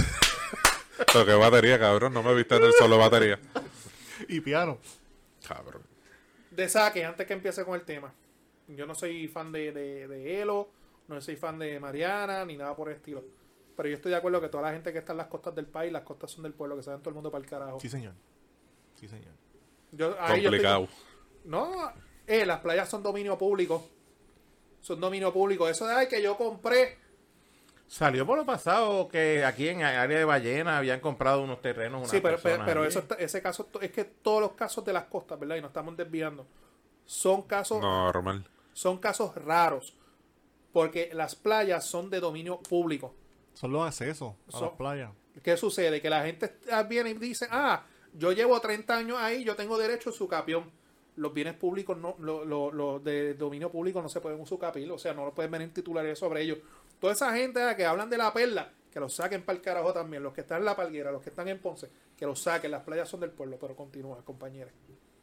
S2: Toqué batería, cabrón. No me viste en el solo batería.
S4: Y piano.
S2: Cabrón.
S3: De saque, antes que empiece con el tema. Yo no soy fan de Elo, no soy fan de Mariana, ni nada por el estilo. Pero yo estoy de acuerdo que toda la gente que está en las costas del país, las costas son del pueblo, que se dan todo el mundo para el carajo.
S4: Sí, señor. Sí, señor.
S3: Ahí yo
S2: Complicado.
S3: no, las playas son dominio público. Son dominio público. Eso de que yo compré.
S5: Salió por lo pasado que aquí en el área de Ballena habían comprado unos terrenos.
S3: Sí, pero
S5: allí.
S3: eso ese caso, es que todos los casos de las costas, ¿verdad? Y nos estamos desviando. Son casos,
S2: Normal.
S3: son casos raros. Porque las playas son de dominio público.
S4: Son los accesos a
S3: Son-
S4: las playas.
S3: ¿Qué sucede? Que la gente viene y dice, yo llevo 30 años ahí, yo tengo derecho a su capión. Los bienes públicos, no, los de dominio público no se pueden usucapir, o sea, no lo pueden venir titulares sobre ellos. Toda esa gente que hablan de la perla, que los saquen para el carajo también. Los que están en La Palguera, los que están en Ponce, que los saquen. Las playas son del pueblo, pero continúa, compañeros.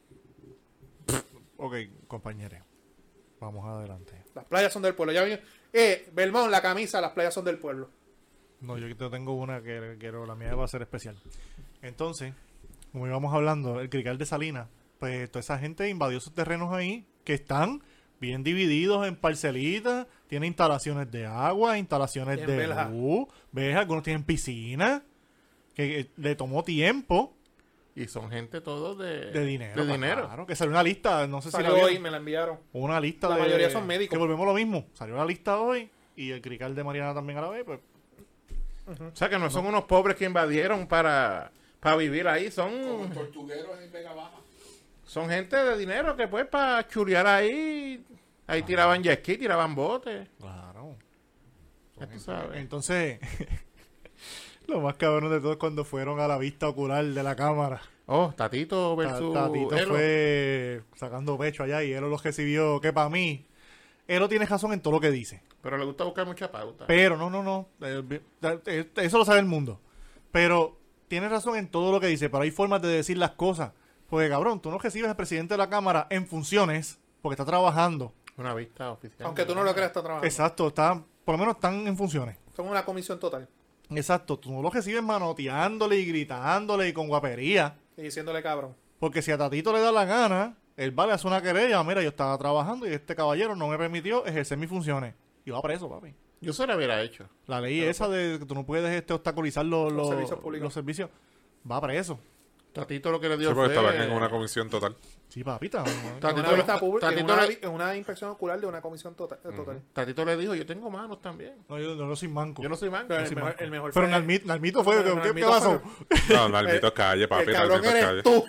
S4: Ok, compañeros. Vamos adelante.
S3: Las playas son del pueblo. Ya ven, Belmont, la camisa, las playas son del pueblo.
S4: No, yo tengo una que quiero, la mía va a ser especial. Entonces, como íbamos hablando, el crical de Salinas, pues toda esa gente invadió sus terrenos ahí, que están bien divididos en parcelitas, tienen instalaciones de agua, instalaciones
S3: Tienen
S4: de
S3: verja.
S4: luz, ves, algunos tienen piscina, que le tomó tiempo
S5: Y son gente todos
S4: de dinero.
S5: De dinero.
S4: Claro, que salió una lista, no sé si
S3: Salió
S4: la vieron.
S3: hoy, me la enviaron.
S4: Una lista
S3: La
S4: de...
S3: mayoría son médicos.
S4: Que volvemos a lo mismo. Salió la lista hoy y el crical de Mariana también a la vez, pues...
S5: O sea que no son unos pobres que invadieron para vivir ahí.
S1: Como tortugueros en Vega Baja.
S5: Son gente de dinero que pues para chulear ahí. Ahí tiraban jet ski, tiraban botes.
S4: Claro.
S5: Ya tú sabes.
S4: Entonces, lo más cabrón de todo es cuando fueron a la vista ocular de la cámara.
S5: Oh, Tatito versus
S4: Tatito
S5: Elo.
S4: fue sacando pecho allá y Elo los recibió, que para mí, Elo tiene razón en todo lo que dice.
S5: Pero le gusta buscar mucha pauta.
S4: Pero no. Eso lo sabe el mundo. Pero tiene razón en todo lo que dice, pero hay formas de decir las cosas. Porque, cabrón, tú no recibes al presidente de la Cámara en funciones porque está trabajando.
S5: Una vista oficial.
S3: Aunque tú no lo creas, está trabajando.
S4: Exacto, por lo menos están en funciones.
S3: Son una comisión total.
S4: Exacto, tú no lo recibes manoteándole y gritándole y con guapería.
S3: Y diciéndole cabrón.
S4: Porque si a Tatito le da la gana, él va, le hace una querella. Mira, yo estaba trabajando y este caballero no me permitió ejercer mis funciones. Y va preso, papi.
S5: Yo se lo hubiera hecho.
S4: La ley esa de que tú no puedes obstaculizar los
S3: servicios públicos.
S4: los servicios, va preso.
S5: Tatito lo que le
S2: Sí,
S5: dio
S2: porque
S5: fue...
S2: estaban en una comisión total.
S4: Sí, papita.
S5: Tatito
S3: Una
S5: le-
S3: vista pública,
S5: Tatito
S3: una,
S5: le-
S3: una inspección ocular de una comisión total.
S5: Tatito le dijo, yo tengo manos también.
S4: No, yo no soy manco.
S5: Yo no soy manco.
S3: Pero
S4: soy
S3: el mejor,
S4: manco.
S3: el mejor
S4: Pero
S3: fue-
S4: Nalmito fue,
S3: Pero
S4: ¿qué
S3: Nalmito
S4: pasó?
S2: No, Nalmito es calle, papi.
S3: el cabrón
S2: Nalmito es
S3: eres
S2: calle.
S3: tú.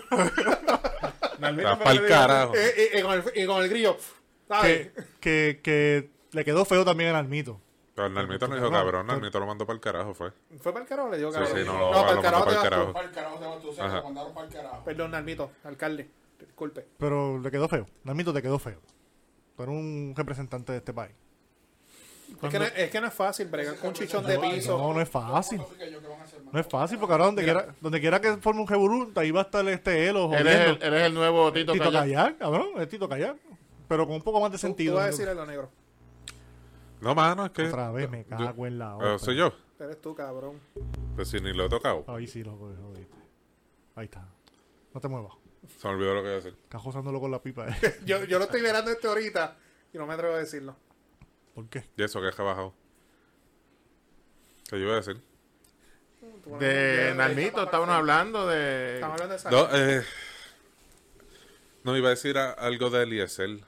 S2: Estás pa'l carajo.
S3: Y con el grillo. ¿Sabes?
S4: que le quedó feo también a Nalmito.
S2: Pero el Nalmito no dijo cabrón, Nalmito lo mandó para el carajo, fue.
S3: ¿Fue para el carajo o le dio
S2: Sí,
S3: cabrón?
S2: sí, no,
S3: para
S2: lo
S3: el carajo
S2: mandó
S3: te
S2: pa'l
S3: vas
S2: carajo.
S3: tú.
S1: Para el carajo, tú sabes,
S2: Ajá.
S1: lo mandaron para el carajo.
S3: Perdón, Nalmito, alcalde. Disculpe.
S4: Pero le quedó feo. Nalmito te quedó feo. Tú eres un representante de este país.
S3: Es que no es fácil bregar con un chichón de piso.
S4: No es fácil.
S1: ¿Cómo que ellos que van a hacer más?
S4: No es fácil, porque ahora donde quiera que forme un reburú, ahí va a estar este Elo
S5: Él
S4: jodiendo.
S5: es el nuevo Tito
S4: Tito
S5: Calla.
S4: Kayak, cabrón, es Tito Kayak. Pero con un poco más de
S3: Tú
S4: sentido.
S3: vas a decirle lo negro.
S2: No, mano, es que.
S4: Otra vez me cago en la
S2: Soy yo.
S3: Eres tú, cabrón.
S2: Pues si ni lo he tocado.
S4: Ahí sí lo jodiste. Ahí está. No te muevas.
S2: Se me olvidó lo que iba a decir.
S4: Estás gozándolo con la pipa.
S3: Yo lo estoy mirando ahorita y no me atrevo a decirlo.
S4: ¿Por qué?
S2: Y eso que es que ha bajado. ¿Qué yo iba a decir?
S5: De Nalmito, estábamos hablando
S3: Estamos
S5: de...
S3: hablando de esa.
S2: No, iba a decir algo de Eliezer.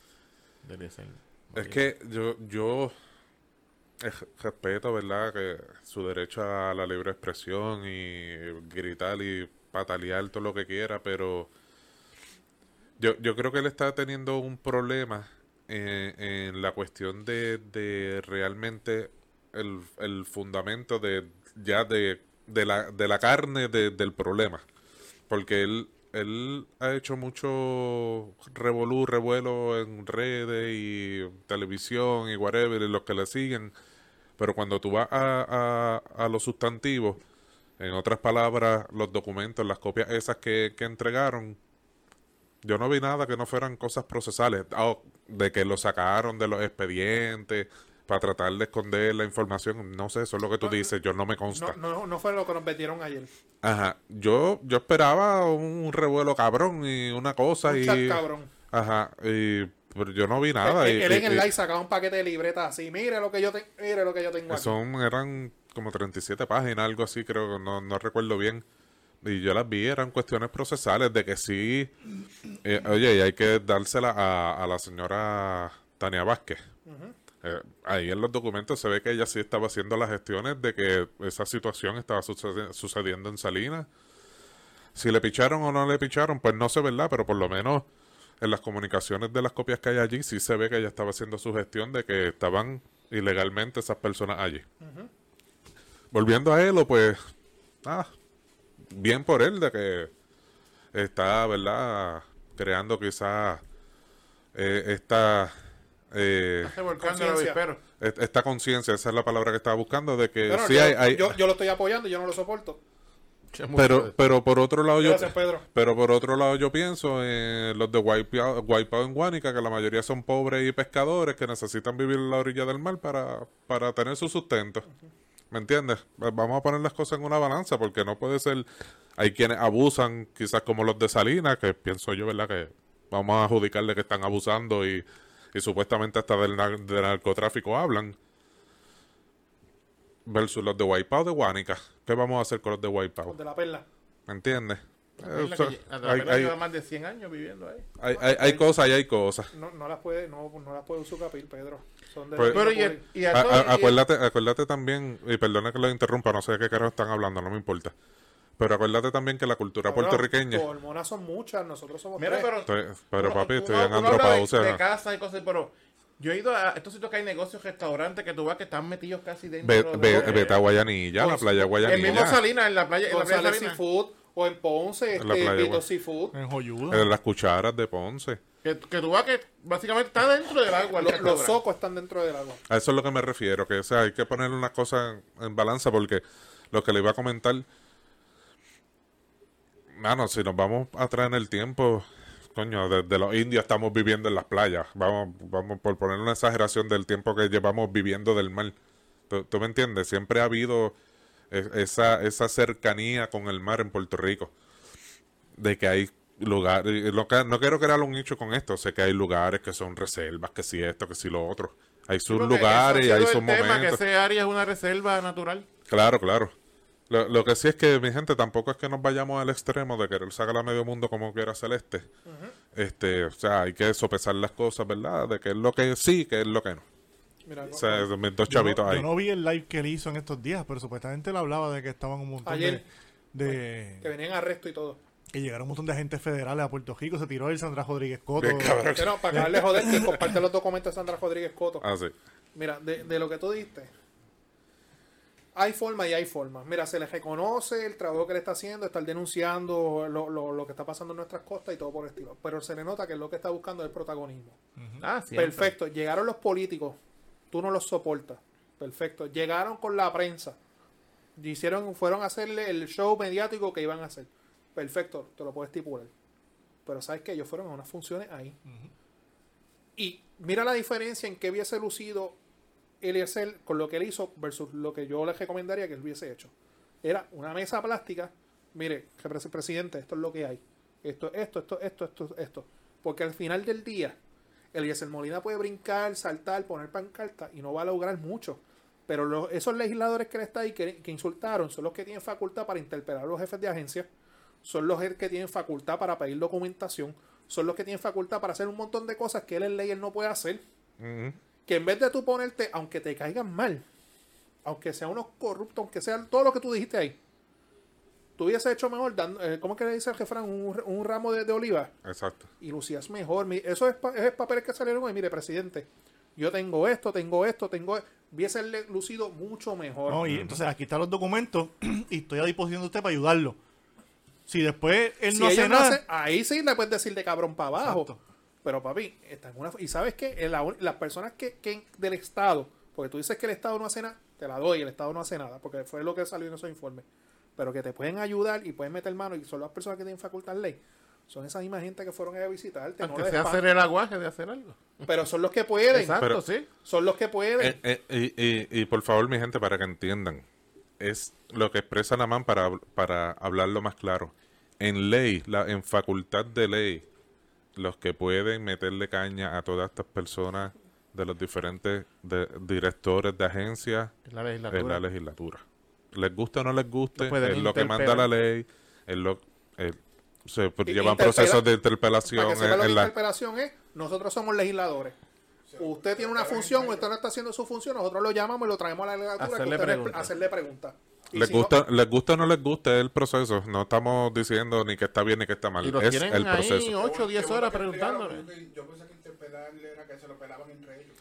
S2: Es que yo respeto, ¿verdad? Que su derecho a la libre expresión y gritar y patalear todo lo que quiera, pero yo creo que él está teniendo un problema en la cuestión de realmente el fundamento de la carne del problema. Porque él ha hecho mucho revuelo en redes y televisión y whatever, y los que le siguen. Pero cuando tú vas a los sustantivos, en otras palabras, los documentos, las copias esas que entregaron, yo no vi nada que no fueran cosas procesales. De que lo sacaron de los expedientes para tratar de esconder la información. No sé, eso es lo que tú dices. Yo no me consta.
S3: No fue lo que nos vendieron ayer.
S2: Ajá. Yo esperaba un revuelo cabrón y una cosa
S3: Un
S2: y...
S3: chat cabrón.
S2: Ajá. Pero yo no vi nada.
S3: Él en el live sacaba un paquete de libretas así. Mire lo que yo tengo aquí.
S2: Eran como 37 páginas, algo así, creo que no recuerdo bien. Y yo las vi, eran cuestiones procesales de que sí. Oye, y hay que dársela a la señora Tania Vázquez. Ahí en los documentos se ve que ella sí estaba haciendo las gestiones de que esa situación estaba sucediendo en Salinas. Si le picharon o no le picharon, pues no sé, ¿verdad? Pero por lo menos en las comunicaciones de las copias que hay allí, sí se ve que ella estaba haciendo su gestión de que estaban ilegalmente esas personas allí. Volviendo a Elo, pues, bien por él de que está, ¿verdad? Creando quizás esta conciencia, esa es la palabra que estaba buscando, de que
S3: Pero
S2: sí hay
S3: yo lo estoy apoyando, yo no lo soporto.
S2: pero por otro lado
S3: Gracias, Pedro.
S2: pero por otro lado yo pienso en los de Wipeout en Guánica, que la mayoría son pobres y pescadores que necesitan vivir en la orilla del mar para tener su sustento. ¿Me entiendes? Vamos a poner las cosas en una balanza, porque no puede ser... Hay quienes abusan, quizás como los de Salinas, que pienso yo, ¿verdad? Que vamos a adjudicarle que están abusando y supuestamente hasta del narcotráfico hablan. Versus los de Wipeout de Guánica. ¿Qué vamos a hacer con los de Wipeout?
S3: Los de la perla.
S2: ¿Me entiendes?
S5: La lleva más de 100 años viviendo ahí.
S2: Hay cosas y hay cosas.
S3: No las puede usucapir, Pedro. Son de
S2: Pues-
S5: Pero
S2: Acuérdate también, y perdona que lo interrumpa, no sé de qué carajo están hablando, no me importa. Pero acuérdate también que la cultura puertorriqueña...
S3: Hormonas son muchas, nosotros somos
S5: Mira,
S3: tres.
S2: Pero papi, estoy en
S5: uno habla
S2: andropausia.
S5: de casa y cosas, pero yo he ido a estos sitios que hay negocios, restaurantes, que tú vas que están metidos casi dentro
S2: Vete a Guayanilla, la playa
S5: el mismo
S2: Guayanilla.
S5: Salinas, en la playa
S3: González
S5: Salinas.
S3: Seafood o en Ponce,
S2: En la playa,
S3: Vito
S2: bueno.
S3: Seafood.
S4: En Joyuda.
S2: Las cucharas de Ponce.
S5: Que tú vas que básicamente está dentro del agua. el
S3: Los
S5: restaurante.
S3: socos están dentro del agua.
S2: A eso es lo que me refiero, que o sea, hay que poner unas cosas en balanza, porque lo que le iba a comentar, mano, si nos vamos atrás en el tiempo, coño, desde los indios estamos viviendo en las playas. Vamos por poner una exageración del tiempo que llevamos viviendo del mar. ¿Tú me entiendes? Siempre ha habido esa cercanía con el mar en Puerto Rico. De que hay lugares, no quiero crear un nicho con esto, sé que hay lugares que son reservas, que si esto, que si lo otro. Hay sus
S5: Porque
S2: lugares y
S5: eso ha
S2: hay
S5: sido
S2: sus
S5: el tema,
S2: momentos.
S5: que ese área es una reserva natural.
S2: Claro. Lo que sí es que, mi gente, tampoco es que nos vayamos al extremo de querer sacar a medio mundo como quiera Celeste. O sea, hay que sopesar las cosas, ¿verdad? De qué es lo que sí, qué es lo que no.
S3: Mira,
S2: O sea, mis dos chavitos ahí.
S4: Yo no vi el live que él hizo en estos días, pero supuestamente él hablaba de que estaban un montón
S3: Ayer.
S4: de
S3: que venían a arresto y todo.
S4: que llegaron un montón de agentes federales a Puerto Rico, se tiró el Sandra Rodríguez Coto.
S2: Bien, cabrón.
S3: Pero para acabarle joder, que comparte los documentos de Sandra Rodríguez Coto.
S2: Ah, sí.
S3: Mira, de lo que tú diste, hay forma y hay forma. Mira, se le reconoce el trabajo que le está haciendo, estar denunciando lo que está pasando en nuestras costas y todo por el estilo. Pero se le nota que lo que está buscando es el protagonismo.
S5: Siempre.
S3: Perfecto. Llegaron los políticos, tú no los soportas. Perfecto. Llegaron con la prensa. Fueron a hacerle el show mediático que iban a hacer. Perfecto, te lo puedo estipular. Pero sabes que ellos fueron a unas funciones ahí. Y mira la diferencia en que hubiese lucido Eliezer con lo que él hizo versus lo que yo le recomendaría que él hubiese hecho. Era una mesa plástica. Mire, presidente, esto es lo que hay. Esto. Porque al final del día, Eliezer Molina puede brincar, saltar, poner pancarta y no va a lograr mucho. Pero esos legisladores que él está ahí que insultaron son los que tienen facultad para interpelar a los jefes de agencia, son los que tienen facultad para pedir documentación, son los que tienen facultad para hacer un montón de cosas que él en ley él no puede hacer. Que en vez de tú ponerte, aunque te caigan mal, aunque sean unos corruptos, aunque sea todo lo que tú dijiste ahí, tú hubieses hecho mejor dando, ¿cómo que le dice el jefe? Un ramo de oliva.
S2: Exacto.
S3: Y lucías mejor. Eso es papeles que salieron hoy. Mire, presidente, yo tengo esto. Hubiese lucido mucho mejor.
S4: No, y entonces aquí están los documentos y estoy a disposición de usted para ayudarlo. Si después él
S3: Si
S4: no hace
S3: ellos
S4: nada...
S3: ahí sí le puedes decir de cabrón para abajo.
S4: Exacto.
S3: Pero papi, está en una... Y sabes que las personas que del Estado, porque tú dices que el Estado no hace nada, te la doy, el Estado no hace nada, porque fue lo que salió en esos informes. Pero que te pueden ayudar y pueden meter mano y son las personas que tienen facultad en ley. Son esas mismas gente que fueron a visitarte.
S5: Aunque
S3: no
S5: sea hacer el aguaje de hacer algo.
S3: Pero son los que pueden.
S5: Exacto,
S2: Pero-
S5: sí.
S3: Son los que pueden.
S2: Y por favor, mi gente, para que entiendan, es lo que expresa Namán para hablarlo más claro. En ley, en facultad de ley, los que pueden meterle caña a todas estas personas de los diferentes directores de agencias
S5: Es la
S2: es
S5: legislatura.
S2: la legislatura. Les guste o no les guste,
S5: No pueden
S2: es lo que manda
S5: interpelar.
S2: la ley, se llevan
S3: interpela-
S2: procesos de
S3: Para
S2: interpelación
S3: que sepa lo que
S2: en la...
S3: interpelación es, nosotros somos legisladores. Usted tiene una función, usted no está haciendo su función, nosotros lo llamamos y lo traemos a la legislatura
S5: Hacerle
S3: que usted
S5: preguntas.
S3: hacerle preguntas. Y
S2: Les
S3: si no-
S2: gusta o no les gusta es el proceso. No estamos diciendo ni que está bien ni que está mal.
S5: Y los
S2: Es
S5: tienen
S2: el
S5: ahí
S2: proceso.
S5: 8 o 10
S1: Qué bueno
S5: horas
S1: que explicaron,
S5: preguntándole.
S1: porque yo pensé que interpelarle era que se lo pelaban entre ellos.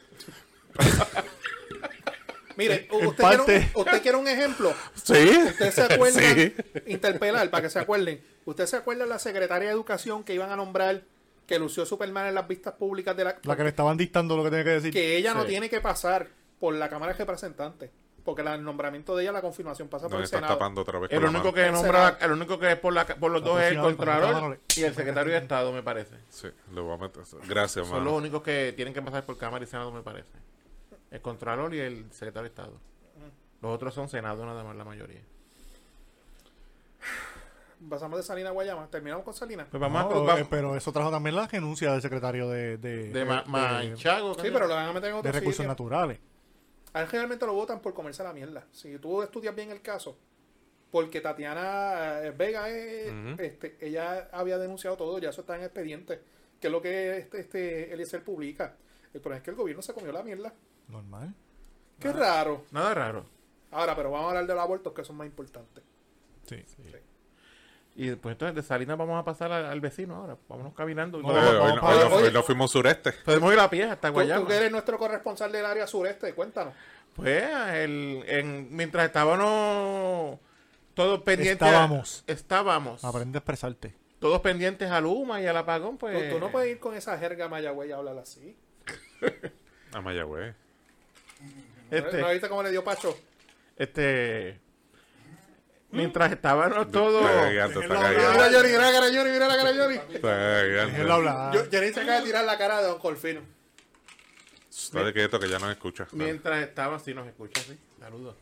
S3: Mire,
S4: En
S3: usted
S4: parte.
S3: quiere un ejemplo.
S2: Sí.
S3: Usted se acuerda,
S2: Sí.
S3: interpelar, para que se acuerden. Usted se acuerda de la secretaria de Educación que iban a nombrar, que lució Superman en las vistas públicas de
S4: La que le estaban dictando lo que tenía que decir.
S3: que ella no
S5: Sí.
S3: tiene que pasar por la Cámara de Representantes, porque el nombramiento de ella, la confirmación pasa por
S2: Nos
S3: el
S2: está
S3: Senado.
S2: tapando otra vez
S5: El
S2: con la
S5: único
S2: mano.
S5: que
S3: El
S5: nombra,
S3: Senado.
S5: el único que es por los dos es el
S4: Patrocinador,
S5: Contralor
S4: Manole.
S5: y el Secretario de Estado, me parece.
S2: Sí, le voy a meter. Gracias,
S5: Son
S2: mano.
S5: los únicos que tienen que pasar por Cámara y Senado, me parece. El Contralor y el Secretario de Estado. Los otros son Senado nada más, la mayoría.
S3: Pasamos de Salinas a Guayama. Terminamos con Salinas.
S5: Pues vamos
S4: No,
S5: a...
S4: pero eso trajo también la renuncia del secretario
S5: de Manchago.
S3: Sí, pero lo van a meter en
S4: de
S3: otro
S4: recursos
S3: sitio.
S4: naturales.
S3: A él realmente lo votan por comerse la mierda. Si tú estudias bien el caso, porque Tatiana Vega ella había denunciado todo, ya eso está en expediente, que es lo que Eliezer publica. El problema es que el gobierno se comió la mierda.
S4: Normal.
S3: Qué raro.
S5: Nada raro.
S3: Ahora, pero vamos a hablar de los abortos, que son más importantes.
S4: Sí.
S5: Y pues entonces de Salinas vamos a pasar al vecino ahora. Vámonos caminando.
S4: No,
S5: Podemos-
S4: vamos para-
S3: oye.
S2: Hoy no fuimos sureste.
S5: podemos ir a pie hasta
S3: Tú
S5: Guayama.
S3: que eres nuestro corresponsal del área sureste, cuéntanos.
S5: Pues mientras estábamos todos pendientes. Estábamos.
S4: Aprende a expresarte.
S5: Todos pendientes al Luma y al apagón, pues.
S3: Tú no puedes ir con esa jerga mayagüey a hablar así.
S2: A Mayagüez.
S3: ¿No viste cómo le dio Pacho?
S5: Mientras estábamos todos.
S2: Está guiando, está
S3: Mira
S2: guiando.
S3: a Johnny, mira la cara de Johnny, mira la cara de Johnny.
S2: Está
S4: Déjenlo
S2: guiando.
S4: hablar.
S3: Johnny se acaba de tirar la cara de Don Colfino.
S2: Está de quieto que ya nos escucha.
S5: Mientras estábamos, sí nos escucha, sí. Saludos.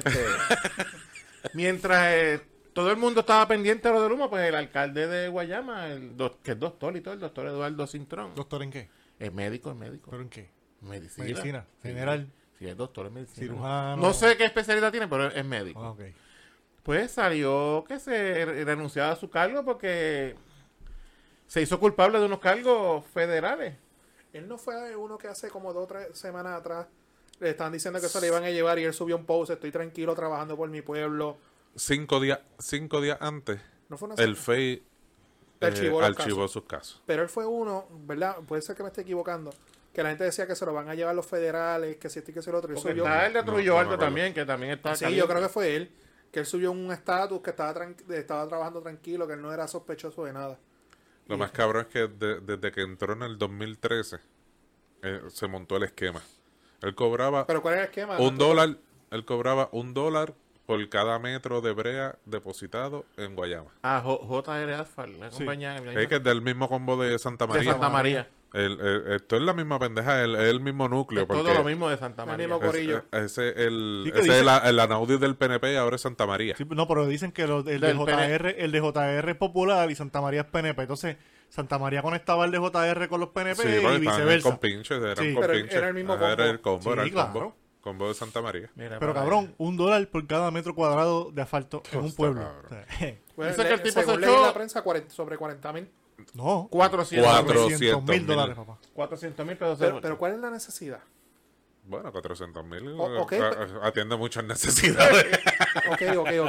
S5: Mientras todo el mundo estaba pendiente de lo de Luma, pues el alcalde de Guayama, que es doctor y todo, el doctor Eduardo Cintrón.
S4: ¿Doctor en qué?
S5: Es médico.
S4: ¿Pero en qué?
S5: Medicina.
S4: Medicina.
S5: Sí.
S4: General.
S5: Sí, es doctor en medicina.
S4: Cirujano.
S5: No sé qué especialidad tiene, pero es médico.
S4: Ah, ok.
S5: Pues salió que se renunciaba a su cargo porque se hizo culpable de unos cargos federales.
S3: Él no fue uno que hace como 2 o 3 semanas atrás le estaban diciendo que se le iban a llevar y él subió un post, estoy tranquilo trabajando por mi pueblo.
S2: 5 días antes,
S3: No fue una
S2: el FEI
S3: Archivó los
S2: archivó
S3: casos.
S2: sus casos.
S3: Pero él fue uno, ¿verdad? Puede ser que me esté equivocando. Que la gente decía que se lo van a llevar los federales, que si este y que si el otro. Él
S5: Porque
S3: subió,
S5: está el de
S2: No,
S5: Trujillo
S2: no me
S5: Alto
S2: acuerdo.
S5: también, que también está
S3: sí,
S5: caliente.
S3: yo creo que fue él. Que él subió un estatus que estaba trabajando tranquilo, que él no era sospechoso de nada.
S2: Lo más cabrón es que desde que entró en el 2013 se montó el esquema. Él cobraba
S3: Pero ¿cuál era el esquema?
S2: $1. Él cobraba $1 por cada metro de brea depositado en Guayama.
S5: Ah, JR Asphalt, la compañía
S2: Es que es del mismo combo de Santa
S5: de
S2: María.
S5: Santa María.
S2: Esto es la misma pendeja, es el mismo núcleo.
S5: Es todo
S2: porque
S5: lo mismo de Santa
S3: El
S5: María.
S3: mismo corillo.
S2: Ese
S4: Sí, que
S2: es
S4: dice-
S2: el Anaudi del PNP y ahora es Santa María.
S4: Sí, no, pero dicen que el de
S5: Del
S4: JR, el de JR es popular y Santa María es PNP. Entonces, Santa María conectaba el de JR con los PNP
S2: Sí,
S4: y
S2: porque estaban
S4: viceversa.
S2: con pinches, eran
S4: Sí.
S2: con
S3: Pero
S2: pinches.
S3: era el mismo
S2: Ajá, era
S3: combo.
S2: el combo, era
S4: Sí,
S2: el
S4: claro.
S2: combo. Combo de Santa María.
S5: Mira,
S4: Pero
S5: para
S4: cabrón, $1 por cada metro cuadrado de asfalto en un
S2: Está
S4: pueblo.
S2: cabrón.
S4: O sea,
S3: Pues,
S5: Dice que el tipo
S3: según
S5: se
S3: leí
S5: echó-
S3: en la prensa, sobre 40.000.
S4: no,
S5: 400
S4: $400,000, papá.
S5: 400,000 pesos.
S3: Pero ¿cuál es la necesidad?
S2: Bueno, 400,000
S3: Ok,
S2: atiende muchas necesidades.
S3: Ok.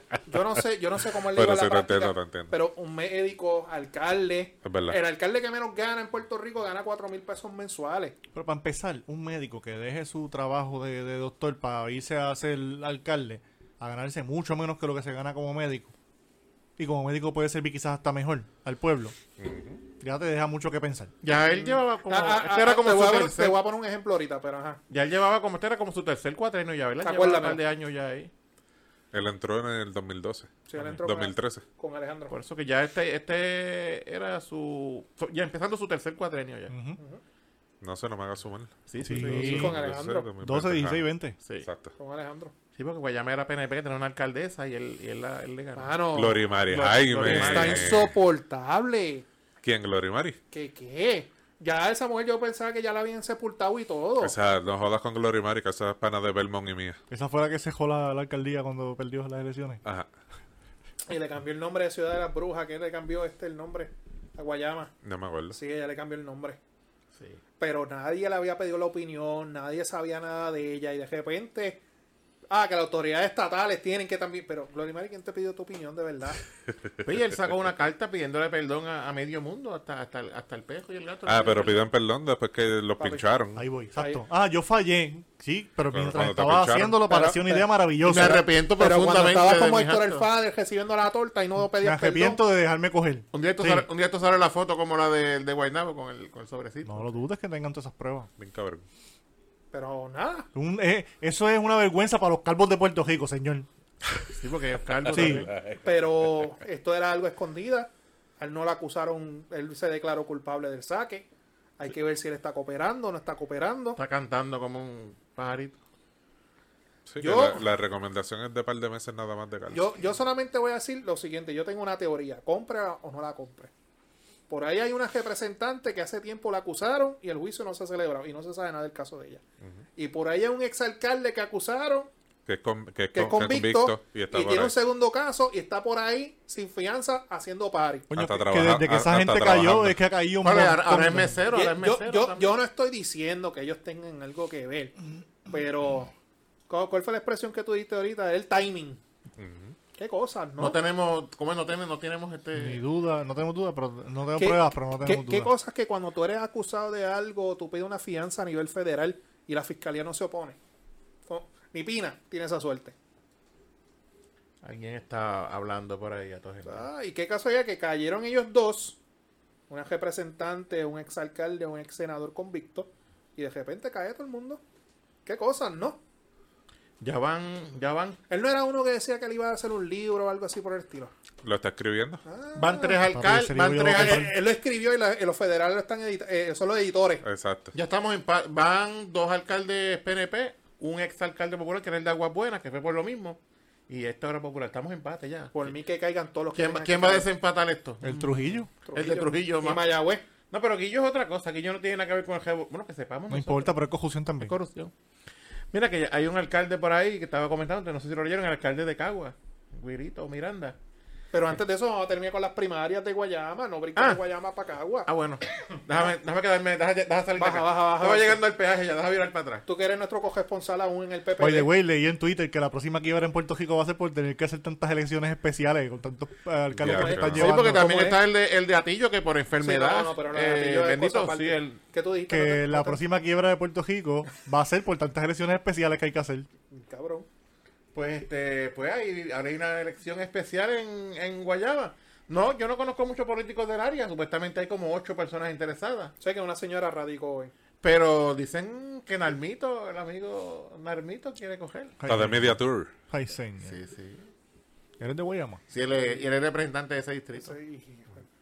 S3: Yo no sé cómo él le
S2: Pero
S3: iba a
S2: sí,
S3: la
S2: te
S3: práctica,
S2: entiendo, te entiendo.
S3: pero un médico, alcalde,
S2: Es verdad.
S3: el alcalde que menos gana en Puerto Rico gana 4.000 pesos mensuales.
S4: Pero para empezar, un médico que deje su trabajo de doctor para irse a ser alcalde, a ganarse mucho menos que lo que se gana como médico. Y como médico puede servir quizás hasta mejor al pueblo. Ya te deja mucho que pensar.
S5: Ya él llevaba como. Este era
S3: Te
S5: como
S3: voy,
S5: su
S3: te
S5: tercer.
S3: voy a poner un ejemplo ahorita, pero ajá.
S5: Ya él llevaba como. Este era como su tercer cuatrenio ya, ¿verdad? Llevaba un
S3: Acuérdamelo.
S5: par de años ya ahí.
S2: Él entró en el 2012.
S3: Sí, él entró con-
S2: 2013.
S3: con Alejandro.
S5: Por eso que ya este era su. Ya empezando su tercer cuatrenio ya.
S4: Ujú.
S2: No sé, no me hagas sumar.
S5: Sí,
S4: Sí.
S3: Sí, con Alejandro.
S4: 12, 16, 20.
S2: Sí. Exacto.
S3: Con Alejandro.
S5: Sí, porque Guayama era PNP, tenía una alcaldesa y él le ganó.
S3: Mano,
S2: Glory Mari
S5: Glory
S2: Jaime.
S3: está insoportable.
S2: ¿Quién? Glory Mari.
S3: ¿Qué? Ya esa mujer yo pensaba que ya la habían sepultado y todo.
S2: O sea, no jodas con Glory Mari, que esa es pana de Belmont y mía.
S4: Esa fue la que cejó la alcaldía cuando perdió las elecciones.
S2: Ajá.
S3: Y le cambió el nombre de Ciudad de las Brujas, que le cambió el nombre a Guayama.
S2: No me acuerdo.
S3: Sí, ella le cambió el nombre.
S5: Sí.
S3: Pero nadie le había pedido la opinión, nadie sabía nada de ella y de repente, que las autoridades estatales tienen que también, pero Glory Mari, ¿quién te pidió tu opinión de verdad?
S5: Oye, él sacó una carta pidiéndole perdón a medio mundo, hasta el pejo y el gato.
S2: Pero piden perdón después que los
S3: Papi.
S2: pincharon.
S4: Ahí voy, exacto.
S3: Ahí.
S4: Yo fallé. Sí, pero
S2: Pero
S4: mientras
S2: cuando te
S4: estaba
S2: pincharon.
S4: haciéndolo parecía una idea
S5: Y me
S4: maravillosa.
S5: arrepiento
S3: Pero cuando
S5: profundamente
S3: estaba
S5: de
S3: como
S5: mis
S3: Héctor el
S5: actos.
S3: Father recibiendo la torta y no
S4: Me
S3: pedías perdón.
S4: arrepiento de dejarme coger.
S5: Un día esto
S4: Sí.
S5: sale la foto como la de Guaynabo con el sobrecito.
S4: No lo dudes que tengan todas esas pruebas.
S2: Bien cabrón.
S3: Pero nada.
S4: Eso es una vergüenza para los calvos de Puerto Rico, señor.
S5: Sí, porque Oscar
S4: Sí.
S3: Pero esto era algo escondida. A él no lo acusaron, él se declaró culpable del saque. Hay que ver si él está cooperando o no está cooperando.
S5: está cantando como un pajarito.
S2: Sí,
S3: Yo-
S2: que la recomendación es de par de meses nada más de calcio.
S3: Yo solamente voy a decir lo siguiente, yo tengo una teoría, compre o no la compre. Por ahí hay una representante que hace tiempo la acusaron y el juicio no se ha celebrado y no se sabe nada del caso de ella. Y por ahí hay un exalcalde que acusaron,
S2: que es
S3: que es convicto,
S2: y
S3: y
S2: está por
S3: tiene
S2: ahí.
S3: un segundo caso y está por ahí sin fianza haciendo party.
S4: Coño,
S2: Hasta
S4: que
S2: trabaja-
S4: desde que esa
S2: hasta
S4: gente
S2: trabajando.
S4: cayó, es que ha caído un
S5: Vale,
S4: montón
S5: ahora es
S4: de-
S5: mesero, ahora es mesero.
S3: Yo
S5: también.
S3: no estoy diciendo que ellos tengan algo que ver, pero ¿cuál fue la expresión que tú diste ahorita? El timing. ¿Qué cosas, no?
S5: No tenemos, ¿cómo no tenemos
S4: Ni duda, no tenemos duda, pero no tenemos
S3: ¿Qué-
S4: pruebas, pero no tenemos
S3: ¿Qué
S4: duda.
S3: cosas que cuando tú eres acusado de algo, tú pides una fianza a nivel federal y la fiscalía no se opone? Ni Pina tiene esa suerte.
S5: Alguien está hablando por ahí a toda gente.
S3: ¿Y qué caso ya que cayeron ellos dos, una representante, un exalcalde, un ex senador convicto, y de repente cae todo el mundo? ¿Qué cosas, no?
S5: Ya van.
S3: Él no era uno que decía que él iba a hacer un libro o algo así por el estilo.
S2: ¿Lo está escribiendo?
S5: Van tres
S4: Papi,
S5: alcaldes,
S4: ese
S5: van
S4: libro yo
S5: tres
S4: lo
S3: Él,
S5: alcaldes.
S3: él lo escribió y los federales lo están son los editores.
S2: Exacto.
S5: Ya estamos van dos alcaldes PNP, un exalcalde popular que era el de Aguas Buenas, que fue por lo mismo, y este ahora popular. Estamos en empate ya.
S3: Por mí que caigan todos los que tengan
S5: ¿Quién
S3: que
S5: va a
S3: caer.
S5: desempatar esto?
S4: El Trujillo.
S5: El de Trujillo,
S3: Y
S5: más.
S3: Mayagüez.
S5: No, pero Guillo es otra cosa. Guillo no tiene nada que ver con el jefe. Bueno, que sepamos.
S4: No
S5: nosotros.
S4: importa, pero es confusión también.
S5: Es corrupción. Mira que hay un alcalde por ahí que estaba comentando, no sé si lo leyeron, el alcalde de Cagua, Guirito Miranda.
S3: Pero antes de eso vamos a terminar con las primarias de Guayama, no brincar de Guayama para Cagua.
S5: Bueno. Déjame quedarme, deja salir de
S3: Baja,
S5: acá.
S3: baja.
S5: Estaba llegando al peaje ya, deja virar para atrás.
S3: Tú que eres nuestro corresponsal aún en el PPD.
S4: Oye, güey, leí en Twitter que la próxima quiebra en Puerto Rico va a ser por tener que hacer tantas elecciones especiales con tantos alcaldes
S2: Ya,
S4: que se están
S2: sí,
S5: Sí,
S4: llevando.
S5: porque también
S3: ¿Cómo
S5: está el de Atillo que por enfermedad.
S3: no, pero no, Atillo es
S5: bendito,
S3: cosa aparte.
S5: sí, el...
S3: ¿Qué tú dijiste?
S4: Que
S3: No
S4: la
S3: te-
S4: próxima quiebra de Puerto Rico va a ser por tantas elecciones especiales que hay que hacer.
S3: Cabrón.
S5: Pues ahora hay una elección especial en Guayama. No, yo no conozco muchos políticos del área. Supuestamente hay como 8 personas interesadas.
S3: Sé que una señora radicó hoy.
S5: Pero dicen que Narmito, el amigo Narmito, quiere coger.
S2: La de Media Tour.
S4: Ay, señor.
S5: Sí, sí.
S4: ¿Eres de Guayama?
S5: Sí, él es representante de ese distrito.
S3: Sí.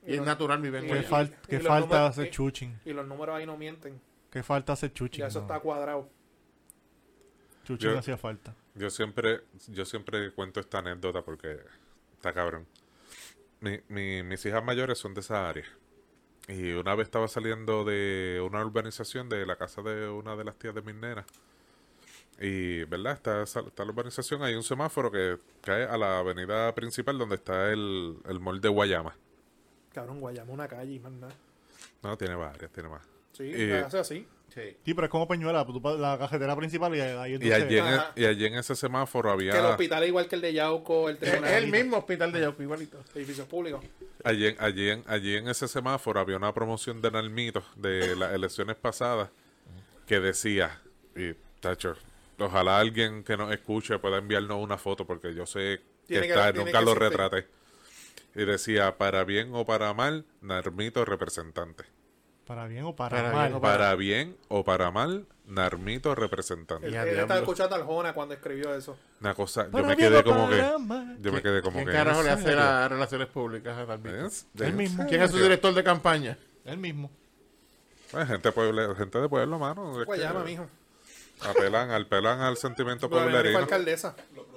S5: Y es natural vivir en
S3: y-
S4: Qué,
S5: Guayama.
S3: y
S4: qué
S3: los
S4: falta
S3: números-
S4: hacer chuching.
S3: Y los números ahí no mienten.
S4: Qué falta hacer chuching.
S3: Ya eso
S4: no.
S3: está cuadrado.
S4: Chuching
S2: Yo-
S4: hacía falta.
S2: Yo siempre cuento esta anécdota porque está cabrón. Mis hijas mayores son de esa área. Y una vez estaba saliendo de una urbanización de la casa de una de las tías de mis nenas. Y, ¿verdad? Está la urbanización, hay un semáforo que cae a la avenida principal donde está el mall de Guayama.
S3: Cabrón, Guayama una calle y más nada.
S2: No, tiene varias, tiene más.
S3: Sí,
S2: Y-
S3: hace así.
S5: Sí.
S4: Sí, pero es como Peñuela, la carretera principal y ahí
S2: Y
S4: entonces...
S2: allí,
S3: Ajá.
S2: y allí en ese semáforo
S3: Que el
S2: había...
S3: hospital es igual que el de Yauco, el
S5: Es
S3: tribunal.
S5: el mismo hospital de Yauco, igualito.
S3: Edificios públicos.
S2: Allí en ese semáforo había una promoción de Nalmito de las elecciones pasadas que decía, y tacho, ojalá alguien que nos escuche pueda enviarnos una foto porque yo sé
S3: Tiene que-
S2: está,
S3: tiene
S2: nunca
S3: que
S2: lo
S3: existir.
S2: retraté. Y decía, para bien o para mal, Narmito representante.
S4: Para bien o para,
S5: Para
S4: mal.
S5: bien o
S2: Para bien o para mal, Narmito representante.
S3: Él,
S5: Ya,
S3: él
S5: diablo.
S3: estaba escuchando a Arjona cuando escribió eso.
S2: Una cosa, yo
S4: Para
S2: me
S4: bien
S2: quedé
S4: o
S2: como que...
S4: para mal.
S2: Yo me quedé como
S5: ¿Quién
S2: que...
S5: carajo le
S2: ¿en
S5: hace
S2: serio?
S5: las relaciones públicas a Dalvito?
S2: ¿Es?
S4: Él mismo.
S5: ¿Quién es su director de campaña?
S4: El mismo.
S2: Gente de pueblo, mano. Es que
S3: Guayama, mijo.
S2: apelan al sentimiento
S3: Pero fue
S2: pueblerino.
S3: alcaldesa.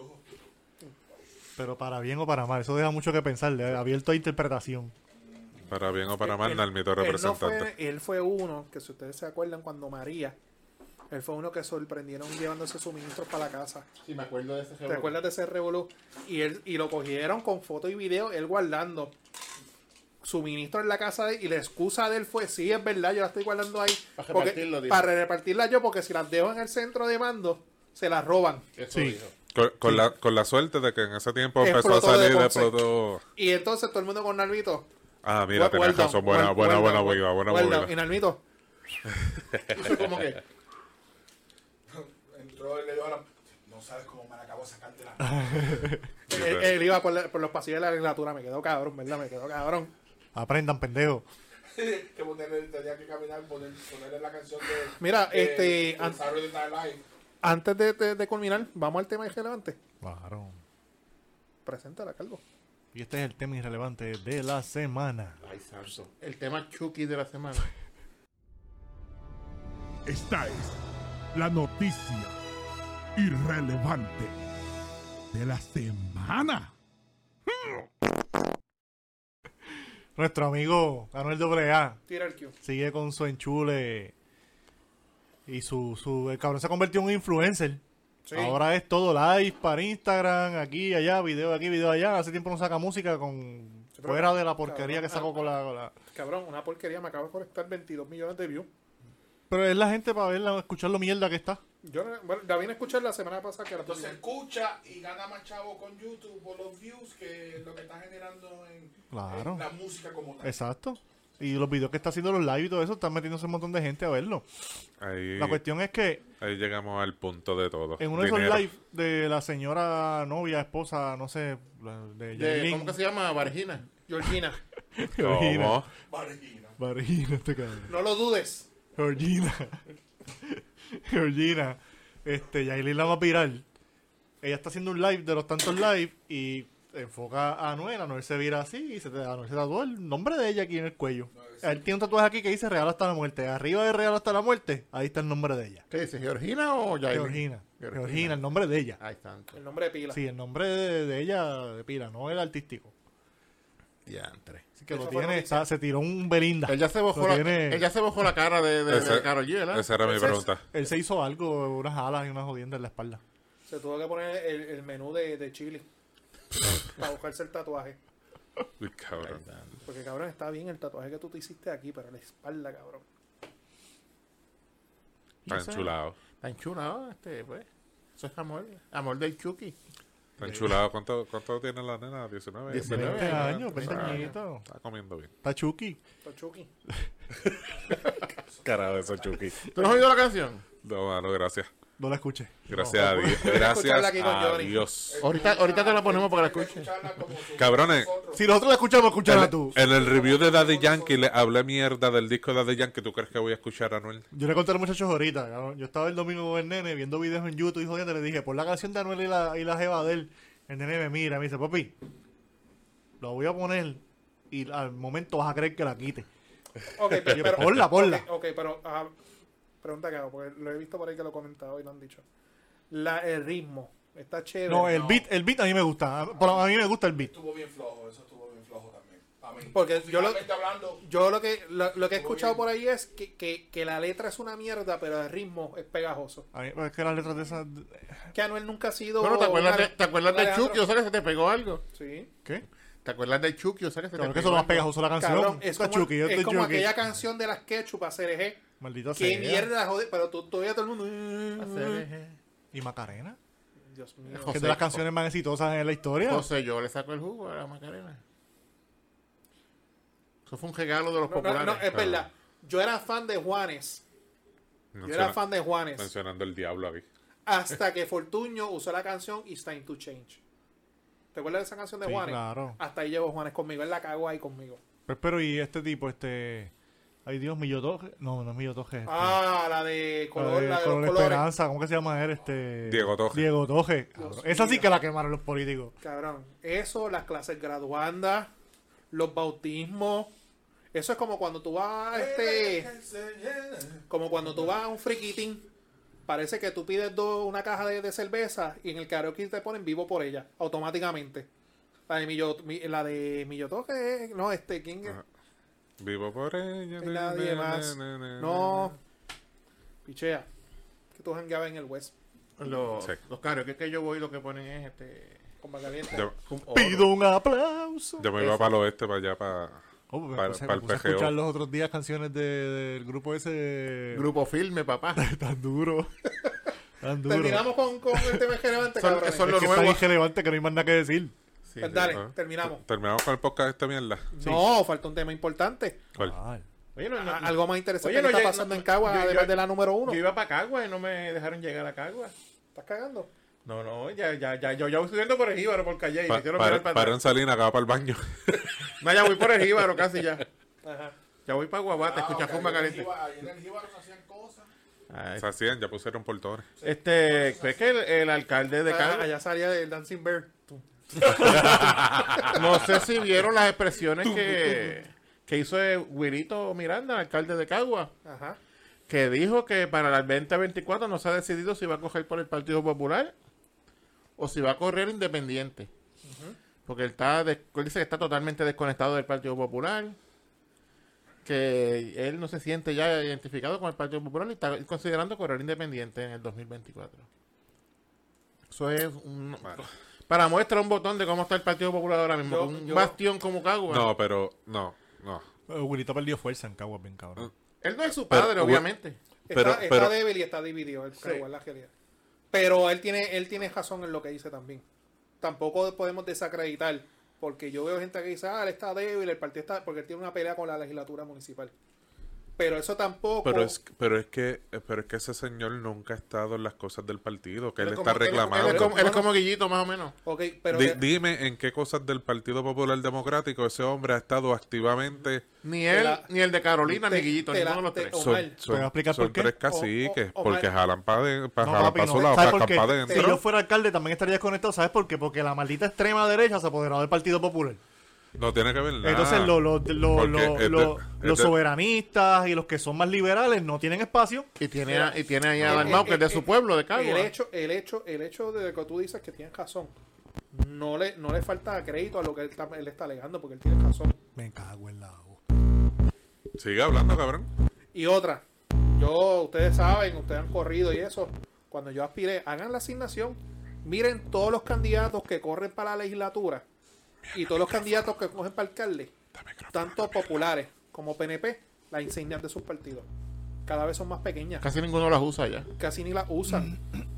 S4: Pero para bien o para mal. Eso deja mucho que pensar. Abierto a interpretación.
S2: Para bien o para mal,
S3: Él-
S2: Nalmito
S3: él no
S2: representante.
S3: él fue uno, que si ustedes se acuerdan, cuando María, él fue uno que sorprendieron llevándose suministros para la casa.
S5: Sí, me acuerdo de ese
S3: ¿Te acuerdas de ese revolú? Y lo cogieron con foto y video, él guardando suministros en la casa y la excusa de él fue, sí, es verdad, yo la estoy guardando ahí.
S5: Para
S3: porque-
S5: repartirlo, dijo.
S3: para repartirla yo, porque si las dejo en el centro de mando, se las roban.
S5: Eso
S4: Sí.
S5: dijo.
S2: Con la suerte de que en ese tiempo empezó a
S3: Explotó de
S2: salir de
S3: Ponce.
S2: explotó.
S3: Y entonces todo el mundo con Nalmito.
S2: Ah, mira, tenés
S3: well done,
S2: razón. Buena
S3: well done,
S2: movida,
S3: well
S2: buena
S3: done.
S2: movida.
S3: Y Nalmito,
S5: Eso como que...
S1: Entró y le dijo a la... No sabes cómo me la acabo de sacar de la...
S3: él iba por los pasillos de la legislatura, me quedó cabrón, ¿verdad? Me quedó cabrón.
S4: Aprendan, pendejo.
S1: que tenía que caminar, ponerle la canción de...
S3: Mira,
S1: de
S3: an-
S1: Saturday Night Live.
S3: Antes de culminar, vamos al tema irrelevante.
S4: Claro.
S3: Preséntala, Calvo.
S4: Y este es el tema irrelevante de la semana.
S5: Ay, santo. El tema Chucky de la semana.
S6: Esta es la noticia irrelevante de la semana.
S4: Nuestro amigo Anuel AA
S3: Tira el Q.
S4: sigue con su enchule. Y el cabrón se convirtió en un influencer.
S3: Sí.
S4: Ahora es todo live para Instagram, aquí, allá, video aquí, video allá. Hace tiempo no saca música
S3: pero-
S4: fuera de la porquería
S3: cabrón,
S4: que sacó con la...
S3: Cabrón, una porquería. Me acabo de conectar 22 millones de views.
S4: Pero es la gente para verla, escuchar lo mierda que está.
S3: Yo bueno, la vine a escuchar la semana pasada que era
S1: Entonces escucha y gana más chavo con YouTube por los views que lo que está generando
S4: Claro.
S1: en la música como tal.
S4: Exacto. Y los videos que está haciendo los live y todo eso, están metiéndose un montón de gente a verlo.
S2: Ahí,
S4: La cuestión es que
S2: ahí llegamos al punto de todo.
S4: en uno de esos
S2: Dinero.
S4: live de la señora novia, esposa, no sé, de Yailin.
S5: ¿Cómo que se llama? Vargina.
S3: Georgina.
S4: Georgina.
S2: ¿Cómo?
S1: Vargina.
S4: Vargina, este cabrón.
S3: No lo dudes.
S4: Georgina. Georgina. Yailin la va a pirar. Ella está haciendo un live de los tantos live y enfoca a Anuel. Anuel se vira así y Anuel se tatuó el nombre de ella aquí en el cuello. Él tiene un tatuaje aquí que dice Real hasta la muerte. Arriba de Real hasta la muerte, ahí está el nombre de ella.
S5: ¿Qué dice? ¿Georgina o Yailin?
S4: Georgina. Georgina, el nombre de ella.
S5: Ay, santo.
S3: El nombre de pila.
S4: Sí, el nombre de ella de pila, no el artístico.
S5: Diantre.
S4: Así que
S3: Eso
S4: lo
S3: fue
S4: tiene,
S3: noticia.
S4: se tiró un Belinda.
S5: Él ya se bojó,
S4: Lo tiene-
S5: él ya se bojó la cara de Karol G, ¿verdad?
S2: Esa era mi
S3: Ese es-
S2: pregunta.
S4: Él se hizo algo, unas alas y unas jodiendas en la espalda.
S3: Se tuvo que poner el menú de Chile para buscarse el tatuaje.
S2: Uy, cabrón.
S3: Porque, cabrón, está bien el tatuaje que tú te hiciste aquí, pero la espalda, cabrón.
S2: Está enchulado.
S5: Está enchulado, pues. Eso es amor. Amor del Chucky.
S2: Está enchulado. ¿Cuánto tiene la nena? 19.
S5: 19
S4: 20 años, 20
S5: años.
S4: añitos.
S2: Está comiendo bien.
S4: Está Chucky.
S3: Está Chucky.
S2: Carajo, eso Chucky.
S5: ¿Tú no has oído la canción?
S2: No, mano, gracias.
S4: No la escuché.
S2: Gracias a Dios.
S3: escucharla
S2: Gracias
S3: aquí con
S2: a
S3: Johnny.
S2: Dios.
S5: Ahorita te la ponemos para que la
S1: Hay
S5: escuches.
S1: escucharla como si
S2: Cabrones.
S1: nosotros.
S4: Si nosotros la escuchamos, escúchala tú.
S2: En el review de Daddy Yankee le hablé mierda del disco de Daddy Yankee. ¿Tú crees que voy a escuchar a Anuel?
S4: Yo le conté a los muchachos ahorita, cabrón. Yo estaba el domingo con el nene viendo videos en YouTube y jodiendo, le dije, por la canción de Anuel y la jeva de él. El nene me mira, me dice, papi, lo voy a poner y al momento vas a creer que la quite.
S3: Ok, pero
S4: Ponla.
S3: Ok, pero pregunta que hago, porque lo he visto por ahí que lo he comentado y lo han dicho. El ritmo está chévere.
S4: No, el beat a mí me gusta. A mí me gusta el beat.
S1: Estuvo bien flojo, eso estuvo bien flojo también. A mí.
S3: Porque
S1: yo
S3: lo que he escuchado por ahí es que la letra es una mierda, pero el ritmo es pegajoso.
S4: A mí, es que las letras de esas...
S3: Que Anuel nunca ha sido...
S5: Bueno, ¿te acuerdas del
S3: Alejandro?
S5: Chucky? O sea, que se te pegó algo.
S3: Sí.
S4: ¿Qué?
S5: ¿Te acuerdas del Chucky? O sea, que se te
S4: Claro que
S5: pegó
S4: eso es lo más
S5: algo.
S4: pegajoso de la canción.
S3: Cabrón, es
S4: Está
S3: como,
S4: Chucky, yo
S3: es
S4: estoy
S3: como
S4: Chucky.
S3: aquella canción de las Ketchup a CRG.
S4: Maldita
S3: Qué
S4: sea.
S3: mierda, joder, pero todavía todo el mundo...
S4: ¿Y Macarena?
S3: Dios mío.
S4: Que es de las canciones más exitosas en la historia.
S5: José, yo le saco el jugo a la Macarena. Eso fue un regalo de los
S3: No,
S5: populares.
S3: no, es verdad. Yo era fan de Juanes. Yo era fan de Juanes.
S2: Mencionando el diablo aquí.
S3: Hasta que Fortuño usó la canción It's Time to Change. ¿Te acuerdas de esa canción de
S4: Sí,
S3: Juanes?
S4: claro.
S3: Hasta ahí llegó Juanes conmigo. Él la cagó ahí conmigo.
S4: Pero y este tipo, Ay Dios, Millotoje. No, no es Millotoje.
S3: La de color, la de
S4: Color
S3: los colores.
S4: Esperanza, ¿cómo que se llama él?
S2: Diego Toje.
S4: Diego Toje.
S3: Dios
S4: Esa sí
S3: mío.
S4: que la quemaron los políticos.
S3: Cabrón. Eso, las clases graduandas, los bautismos. Eso es como cuando tú vas como cuando tú vas a un friquitín. Parece que tú pides una caja de cerveza y en el karaoke te ponen vivo por ella, automáticamente. La de Millotoje, no, ¿quién es?
S2: Ajá. Vivo por ella.
S3: Hay nadie más. No. Pichea. Que tú jangueabas en el West.
S5: Los
S2: Sí.
S5: karaoke que yo voy lo que ponen es
S3: Con Magaliente.
S2: Yo,
S4: Pido un aplauso.
S2: yo me iba para el oeste, para allá, para
S4: Me
S2: para
S4: puse
S2: el
S4: a escuchar
S2: PGO.
S4: los otros días canciones del grupo ese.
S5: Grupo Filme, papá.
S4: Tan duro. Tan duro.
S3: Terminamos con el tema relevante,
S5: Son-
S3: cabrón.
S5: son
S4: Es
S5: los
S4: que está
S5: nuevos.
S4: irrelevante que no hay más nada que decir.
S5: Sí,
S3: Pues
S5: sí.
S3: dale,
S2: Ah.
S3: terminamos.
S2: Terminamos con el podcast de esta mierda.
S3: No, falta un tema importante.
S2: ¿Cuál?
S4: Ay.
S5: Oye, no,
S3: Algo más interesante
S5: Oye, no,
S3: que está
S5: ya-
S3: pasando
S5: no,
S3: en Cagua,
S5: yo-
S3: además
S5: yo-
S3: de la número 1.
S5: Yo iba para Cagua y no me dejaron llegar a Cagua.
S3: ¿Estás cagando?
S5: No, yo voy subiendo por el Jíbaro, por Calle, y me hicieron mirar para
S2: Para en
S5: atrás.
S2: Salina, acá para el baño.
S5: No, ya voy por el Jíbaro casi ya.
S3: Ajá.
S5: Ya voy para Guabate, escucha Fuma Caliente.
S1: Ahí en el Jíbaro se hacían cosas.
S5: Ay,
S2: Se hacían, ya pusieron portones.
S5: es que el alcalde de Cagua,
S3: Allá salía el Dancing Bear.
S5: no sé si vieron las expresiones que hizo Wilito Miranda, el alcalde de Cagua,
S3: Ajá.
S5: que dijo que para el 2024 no se ha decidido si va a coger por el Partido Popular o si va a correr independiente. Porque él dice que está totalmente desconectado del Partido Popular, que él no se siente ya identificado con el Partido Popular y está considerando correr independiente en el 2024. Eso es para muestra un botón de cómo está el Partido Popular ahora mismo, con un bastión como Cagua.
S2: No, pero no.
S4: Wilito ha perdido fuerza en Caguas, bien cabrón.
S5: Él no es su
S2: Pero,
S5: padre, obviamente.
S3: Está débil y está dividido, Cagua, en la realidad. Pero él tiene razón en lo que dice también. Tampoco podemos desacreditar, porque yo veo gente que dice, él está débil, el partido está... Porque él tiene una pelea con la legislatura municipal. Pero eso tampoco...
S2: Pero es que ese señor nunca ha estado en las cosas del partido, que él
S5: es
S2: está
S5: como-
S2: reclamando.
S5: Él es como Guillito, más o menos.
S3: Ok, pero...
S2: Dime en qué cosas del Partido Popular Democrático ese hombre ha estado activamente.
S5: Ni él, ni el de Carolina, ni Guillito, ninguno de los tres.
S3: Omar,
S2: Son
S4: voy a explicar por qué.
S2: tres caciques,
S3: Omar.
S2: porque jalan para
S4: No,
S2: jalan
S4: papi,
S2: pa'
S4: no.
S2: su lado,
S4: ¿Sabes
S2: jalan
S4: por qué?
S2: pa'
S4: Si
S2: adentro.
S4: yo fuera alcalde también estaría desconectado, ¿sabes por qué? Porque la maldita extrema derecha se apoderó del Partido Popular.
S2: No tiene que ver nada.
S4: Entonces
S2: Porque
S4: los soberanistas y los que son más liberales no tienen espacio.
S5: Y tiene ahí a Dalmau, que es de su pueblo, de Cagua.
S3: el hecho de que tú dices que tienes razón, no le falta crédito a lo que él está alegando, porque él tiene razón.
S4: Me cago en la agua.
S2: Sigue hablando, cabrón.
S3: Y otra, ustedes saben, ustedes han corrido y eso, cuando yo aspiré, hagan la asignación, miren todos los candidatos que corren para la legislatura y todos los candidatos que cogen para alcalde, tanto populares como PNP, las insignias de sus partidos cada vez son más pequeñas,
S5: Casi ninguno las usa ya.
S3: casi ni las usan.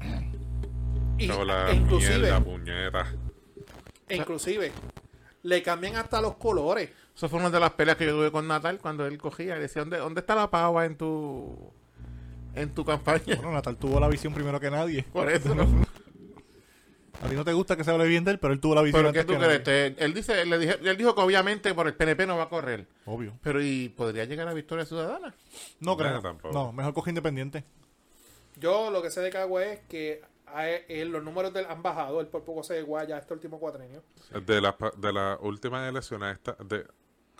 S3: Y,
S2: No, la
S3: inclusive,
S2: mierda, puñeta.
S3: inclusive, le cambian hasta los colores.
S5: Eso fue una de las peleas que yo tuve con Natal cuando él cogía y decía, ¿dónde está la pava en tu campaña?
S4: Bueno, Natal tuvo la visión primero que nadie.
S5: Por eso, ¿no?
S4: A ti no te gusta que se hable bien de él, pero él tuvo la visión
S5: ¿Pero qué
S4: antes
S5: tú
S4: que
S5: crees?
S4: nadie.
S5: Él dijo que obviamente por el PNP no va a correr.
S4: Obvio.
S5: Pero ¿y podría llegar a Victoria Ciudadana?
S4: No creo.
S2: No, tampoco.
S4: No, mejor coge independiente.
S3: Yo lo que sé de Cagua es que los números de él han bajado, él por poco se guaya este último cuatrenio.
S2: De las últimas elecciones,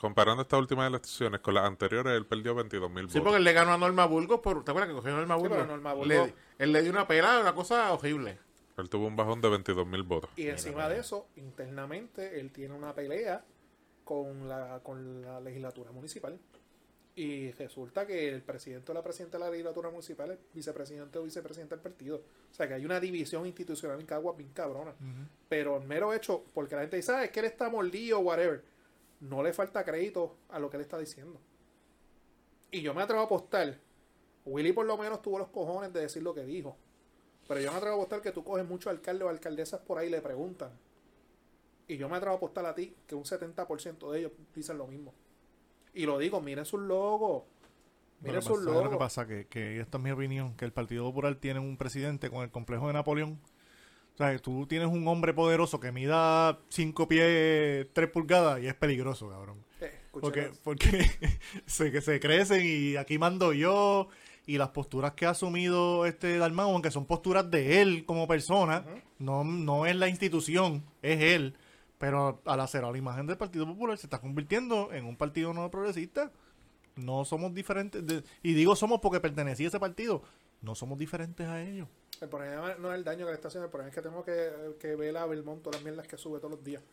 S2: comparando estas últimas elecciones con las anteriores, él perdió 22,000 votos.
S5: Sí, porque él le ganó a Norma Burgos. ¿Te acuerdas que cogió a Norma
S3: Sí,
S5: Burgos?
S3: pero Norma Burgos-
S5: Él le dio una pela, una cosa horrible.
S2: Él tuvo un bajón de 22,000 votos.
S3: Y encima de eso, internamente, él tiene una pelea con la legislatura municipal. Y resulta que el presidente o la presidenta de la legislatura municipal es vicepresidente o vicepresidenta del partido. O sea que hay una división institucional en Caguas bien cabrona. Pero el mero hecho, porque la gente dice, es que él está mordido, whatever. No le falta crédito a lo que él está diciendo. Y yo me atrevo a apostar. Willy por lo menos tuvo los cojones de decir lo que dijo. Pero yo me atrevo a apostar que tú coges muchos alcaldes o alcaldesas por ahí y le preguntan. Y yo me atrevo a apostar a ti que un 70% de ellos dicen lo mismo. Y lo digo, miren sus logos. Miren sus
S4: ¿Sabes lo que
S3: logos.
S4: pasa? Que esta es mi opinión, que el Partido Popular tiene un presidente con el complejo de Napoleón. O sea, que tú tienes un hombre poderoso que mida 5 pies 3 pulgadas y es peligroso, cabrón.
S3: Escúchame.
S4: Porque se crecen y aquí mando yo, y las posturas que ha asumido Dalmau, aunque son posturas de él como persona, no es la institución, es él. Pero al hacer a la imagen del Partido Popular se está convirtiendo en un partido no progresista. No somos diferentes. Y digo somos porque pertenecí a ese partido. No somos diferentes a ellos.
S3: El problema no es el daño que le está haciendo, el problema es que tengo que ver a Belmont todas las mierdas que sube todos los días.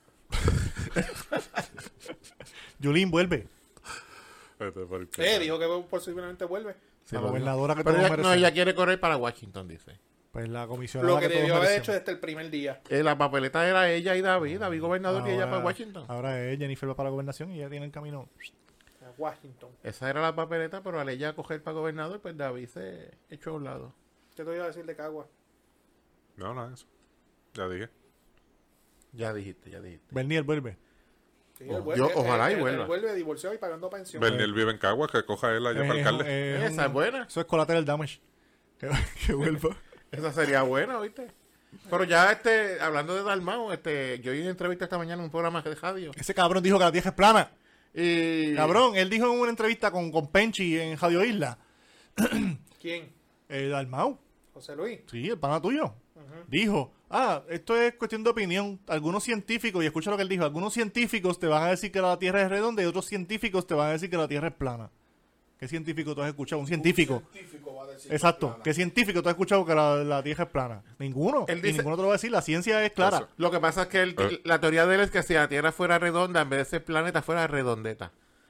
S4: Yulín vuelve.
S3: Dijo que posiblemente vuelve.
S4: La gobernadora que
S5: Pero
S4: todos
S5: ella,
S4: merecemos.
S5: ella quiere correr para Washington, dice.
S4: Pues la comisionada
S3: Lo que
S4: todos
S3: debió haber
S4: merecemos.
S3: hecho desde el primer día.
S5: La papeleta era ella y David gobernador, y ella para
S4: Ahora-
S5: Washington.
S4: Ahora Jennifer va para la gobernación y ya tiene el camino.
S3: A Washington.
S5: Esa era la papeleta, pero al ella coger para gobernador, pues David se echó a un lado.
S3: ¿Qué te iba a decir de Cagua?
S2: No, nada, eso. Ya dije.
S5: Ya dijiste.
S4: Bernier vuelve.
S3: Sí,
S5: Oh,
S3: él vuelve,
S5: yo- ojalá y
S3: él
S5: vuelva.
S3: vuelve divorciado y pagando pensión.
S2: Bernier vive en Caguas, que coja él allá para alcalde.
S5: Esa es buena.
S4: Eso es collateral damage. Que vuelva.
S5: Esa sería buena, ¿viste? Pero ya, hablando de Dalmau, yo vi una entrevista esta mañana en un programa de radio.
S4: Ese cabrón dijo que la tierra es plana.
S5: Y...
S4: Cabrón, él dijo en una entrevista con Penchi en Radio Isla.
S3: ¿Quién?
S4: Dalmau.
S3: José Luis.
S4: Sí, el pana tuyo. Dijo, esto es cuestión de opinión. Algunos científicos, y escucha lo que él dijo, algunos científicos te van a decir que la Tierra es redonda y otros científicos te van a decir que la Tierra es plana. ¿Qué científico tú has escuchado? Un científico.
S1: Un científico va a decir que
S4: Exacto.
S1: es plana.
S4: ¿Qué científico tú has escuchado que la Tierra es plana? Ninguno.
S5: Él
S4: Y
S5: dice-
S4: ninguno te lo va a decir. La ciencia es clara.
S2: Eso.
S5: Lo que pasa es que la teoría de él es que si la Tierra fuera redonda, en vez de ser planeta, fuera redondeta.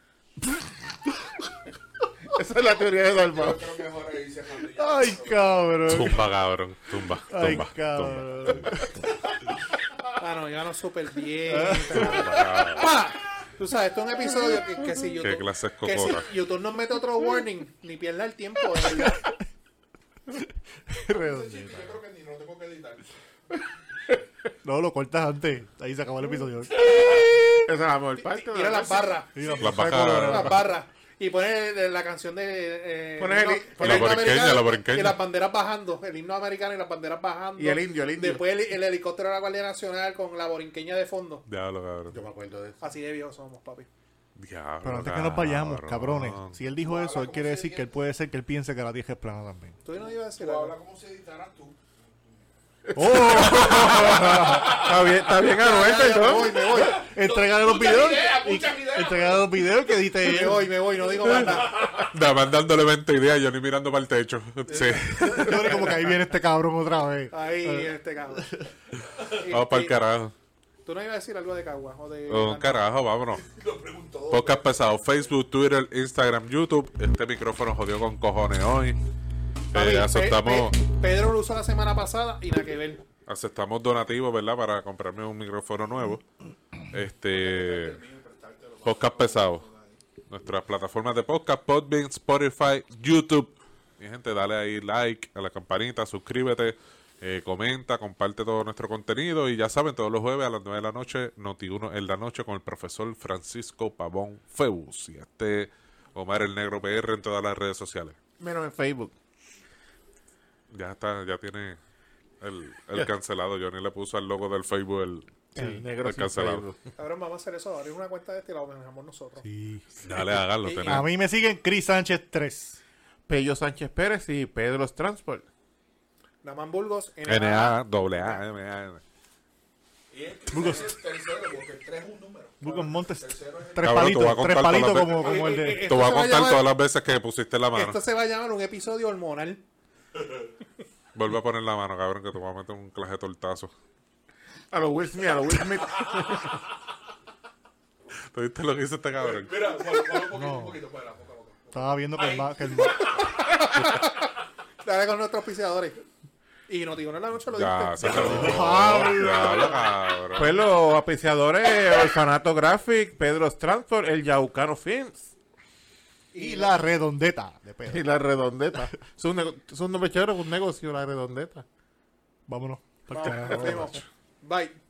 S5: Esa es la teoría de Dalmau.
S1: Yo creo que Jorge dice cuando ya-
S4: Ay, cabrón.
S2: Tumba, cabrón. Tumba.
S4: Ay,
S2: Tumba.
S4: cabrón.
S3: Ah, no, ganó súper bien.
S2: Tumba.
S3: ¡Pa! Tú sabes, esto es un episodio que si YouTube...
S2: Qué clase es
S3: que si
S2: cocota.
S3: YouTube nos mete otro warning, ni pierda el tiempo, de verdad.
S1: Yo creo que ni lo tengo que editar.
S4: No, lo cortas antes. Ahí se acabó el episodio.
S5: Esa es la mejor parte.
S3: Mira las barras.
S4: Mira,
S2: Las bajas-
S3: Las barras. Y pone la canción de...
S5: Pones el-
S2: La
S3: himno
S2: borinqueña,
S3: americano
S2: la borinqueña.
S3: y las banderas bajando. El himno americano y las banderas bajando.
S5: Y el indio.
S3: Después el helicóptero de la Guardia Nacional con la borinqueña de fondo.
S2: Diablo, cabrón.
S5: Yo me acuerdo de eso.
S3: Así de viejos somos, papi.
S2: Diablo,
S4: Pero antes que nos vayamos,
S2: cabrón.
S4: cabrones. Si él dijo eso, él
S1: ¿cómo
S4: quiere
S1: se
S4: decir que
S1: llama?
S4: él puede ser que él piense que la Tierra es plana también.
S3: Tú no ibas a decir
S1: Tú
S3: algo.
S1: hablas como si editaras tú.
S5: Está bien, Anuel, perdón.
S3: Me voy.
S4: Entregarle los
S1: Muchas
S4: videos.
S1: ideas,
S4: y-
S1: muchas ideas.
S4: Entregarle los videos que edite él.
S3: Me voy, no digo más nada.
S2: Nada más dándole 20 ideas, yo ni mirando para el techo. Sí.
S4: Yo creo como que ahí viene este cabrón otra vez.
S3: Ahí, este cabrón.
S2: Vamos para el carajo.
S3: Tú no ibas a decir algo de Cagua o de...
S2: Un carajo, vámonos.
S1: Lo pregunto.
S2: Podcast pesado. Facebook, Twitter, Instagram, YouTube. Este micrófono jodió con cojones hoy.
S3: Papi,
S2: Aceptamos,
S3: Pedro lo usó la semana pasada y nada que ver.
S2: aceptamos donativos, ¿verdad? Para comprarme un micrófono nuevo. Podcast pesado. Nuestras plataformas de podcast, Podbean, Spotify, YouTube. Mi gente, dale ahí like a la campanita, suscríbete, comenta, comparte todo nuestro contenido. Y ya saben, todos los jueves a las 9 de la noche, Noti1 en la noche con el profesor Francisco Pavón Febus. Y Omar el Negro PR en todas las redes sociales.
S5: Menos en Facebook.
S2: Ya está, ya tiene el cancelado. Johnny le puso al logo del Facebook
S5: El negro
S2: el
S5: sin
S2: cancelado.
S5: Facebook.
S3: Cabrón, vamos a hacer eso. Abrir una cuenta de este y la manejamos nosotros.
S2: Dale, háganlo.
S3: Y-
S2: tenemos.
S4: A mí me siguen Chris Sánchez 3.
S5: Pello Sánchez Pérez y Pedro's Transport.
S3: Naman Burgos,
S2: NA, AA, MA.
S1: Y es que
S4: Burgos.
S1: es el tercero, porque el 3 es un número.
S4: Burgos Montes.
S1: Tercero es el-
S4: Tres
S2: Cabrón, te voy a
S4: palitos, tres
S2: contar
S4: palitos
S2: todas las
S4: como el de...
S3: Esto
S2: Te voy a
S3: se va a
S2: contar
S3: llamar-
S2: todas las veces que pusiste la mano.
S3: Esto se va a llamar un episodio hormonal.
S2: Vuelve a poner la mano, cabrón, que te voy a meter un clase de tortazo.
S5: A los Will Smith, a los Will Smith.
S2: ¿Tú viste lo que hizo este cabrón?
S1: Mira, bueno, un poquito, para, poco a poco.
S4: Estaba viendo que
S3: Dale con nuestros auspiciadores. Y Notiuno en la noche lo
S2: Ya,
S3: diste.
S2: se acabó. Ya, cabrón.
S5: Pues los apreciadores, Orfanato Graphic, Pedro Transport, el Yaucano Films
S4: Y la redondeta de Pedro.
S5: y la Redondeta. Es un nombre chévere, un negocio, la Redondeta.
S4: Vámonos.
S3: Vamos, fuimos. Bye.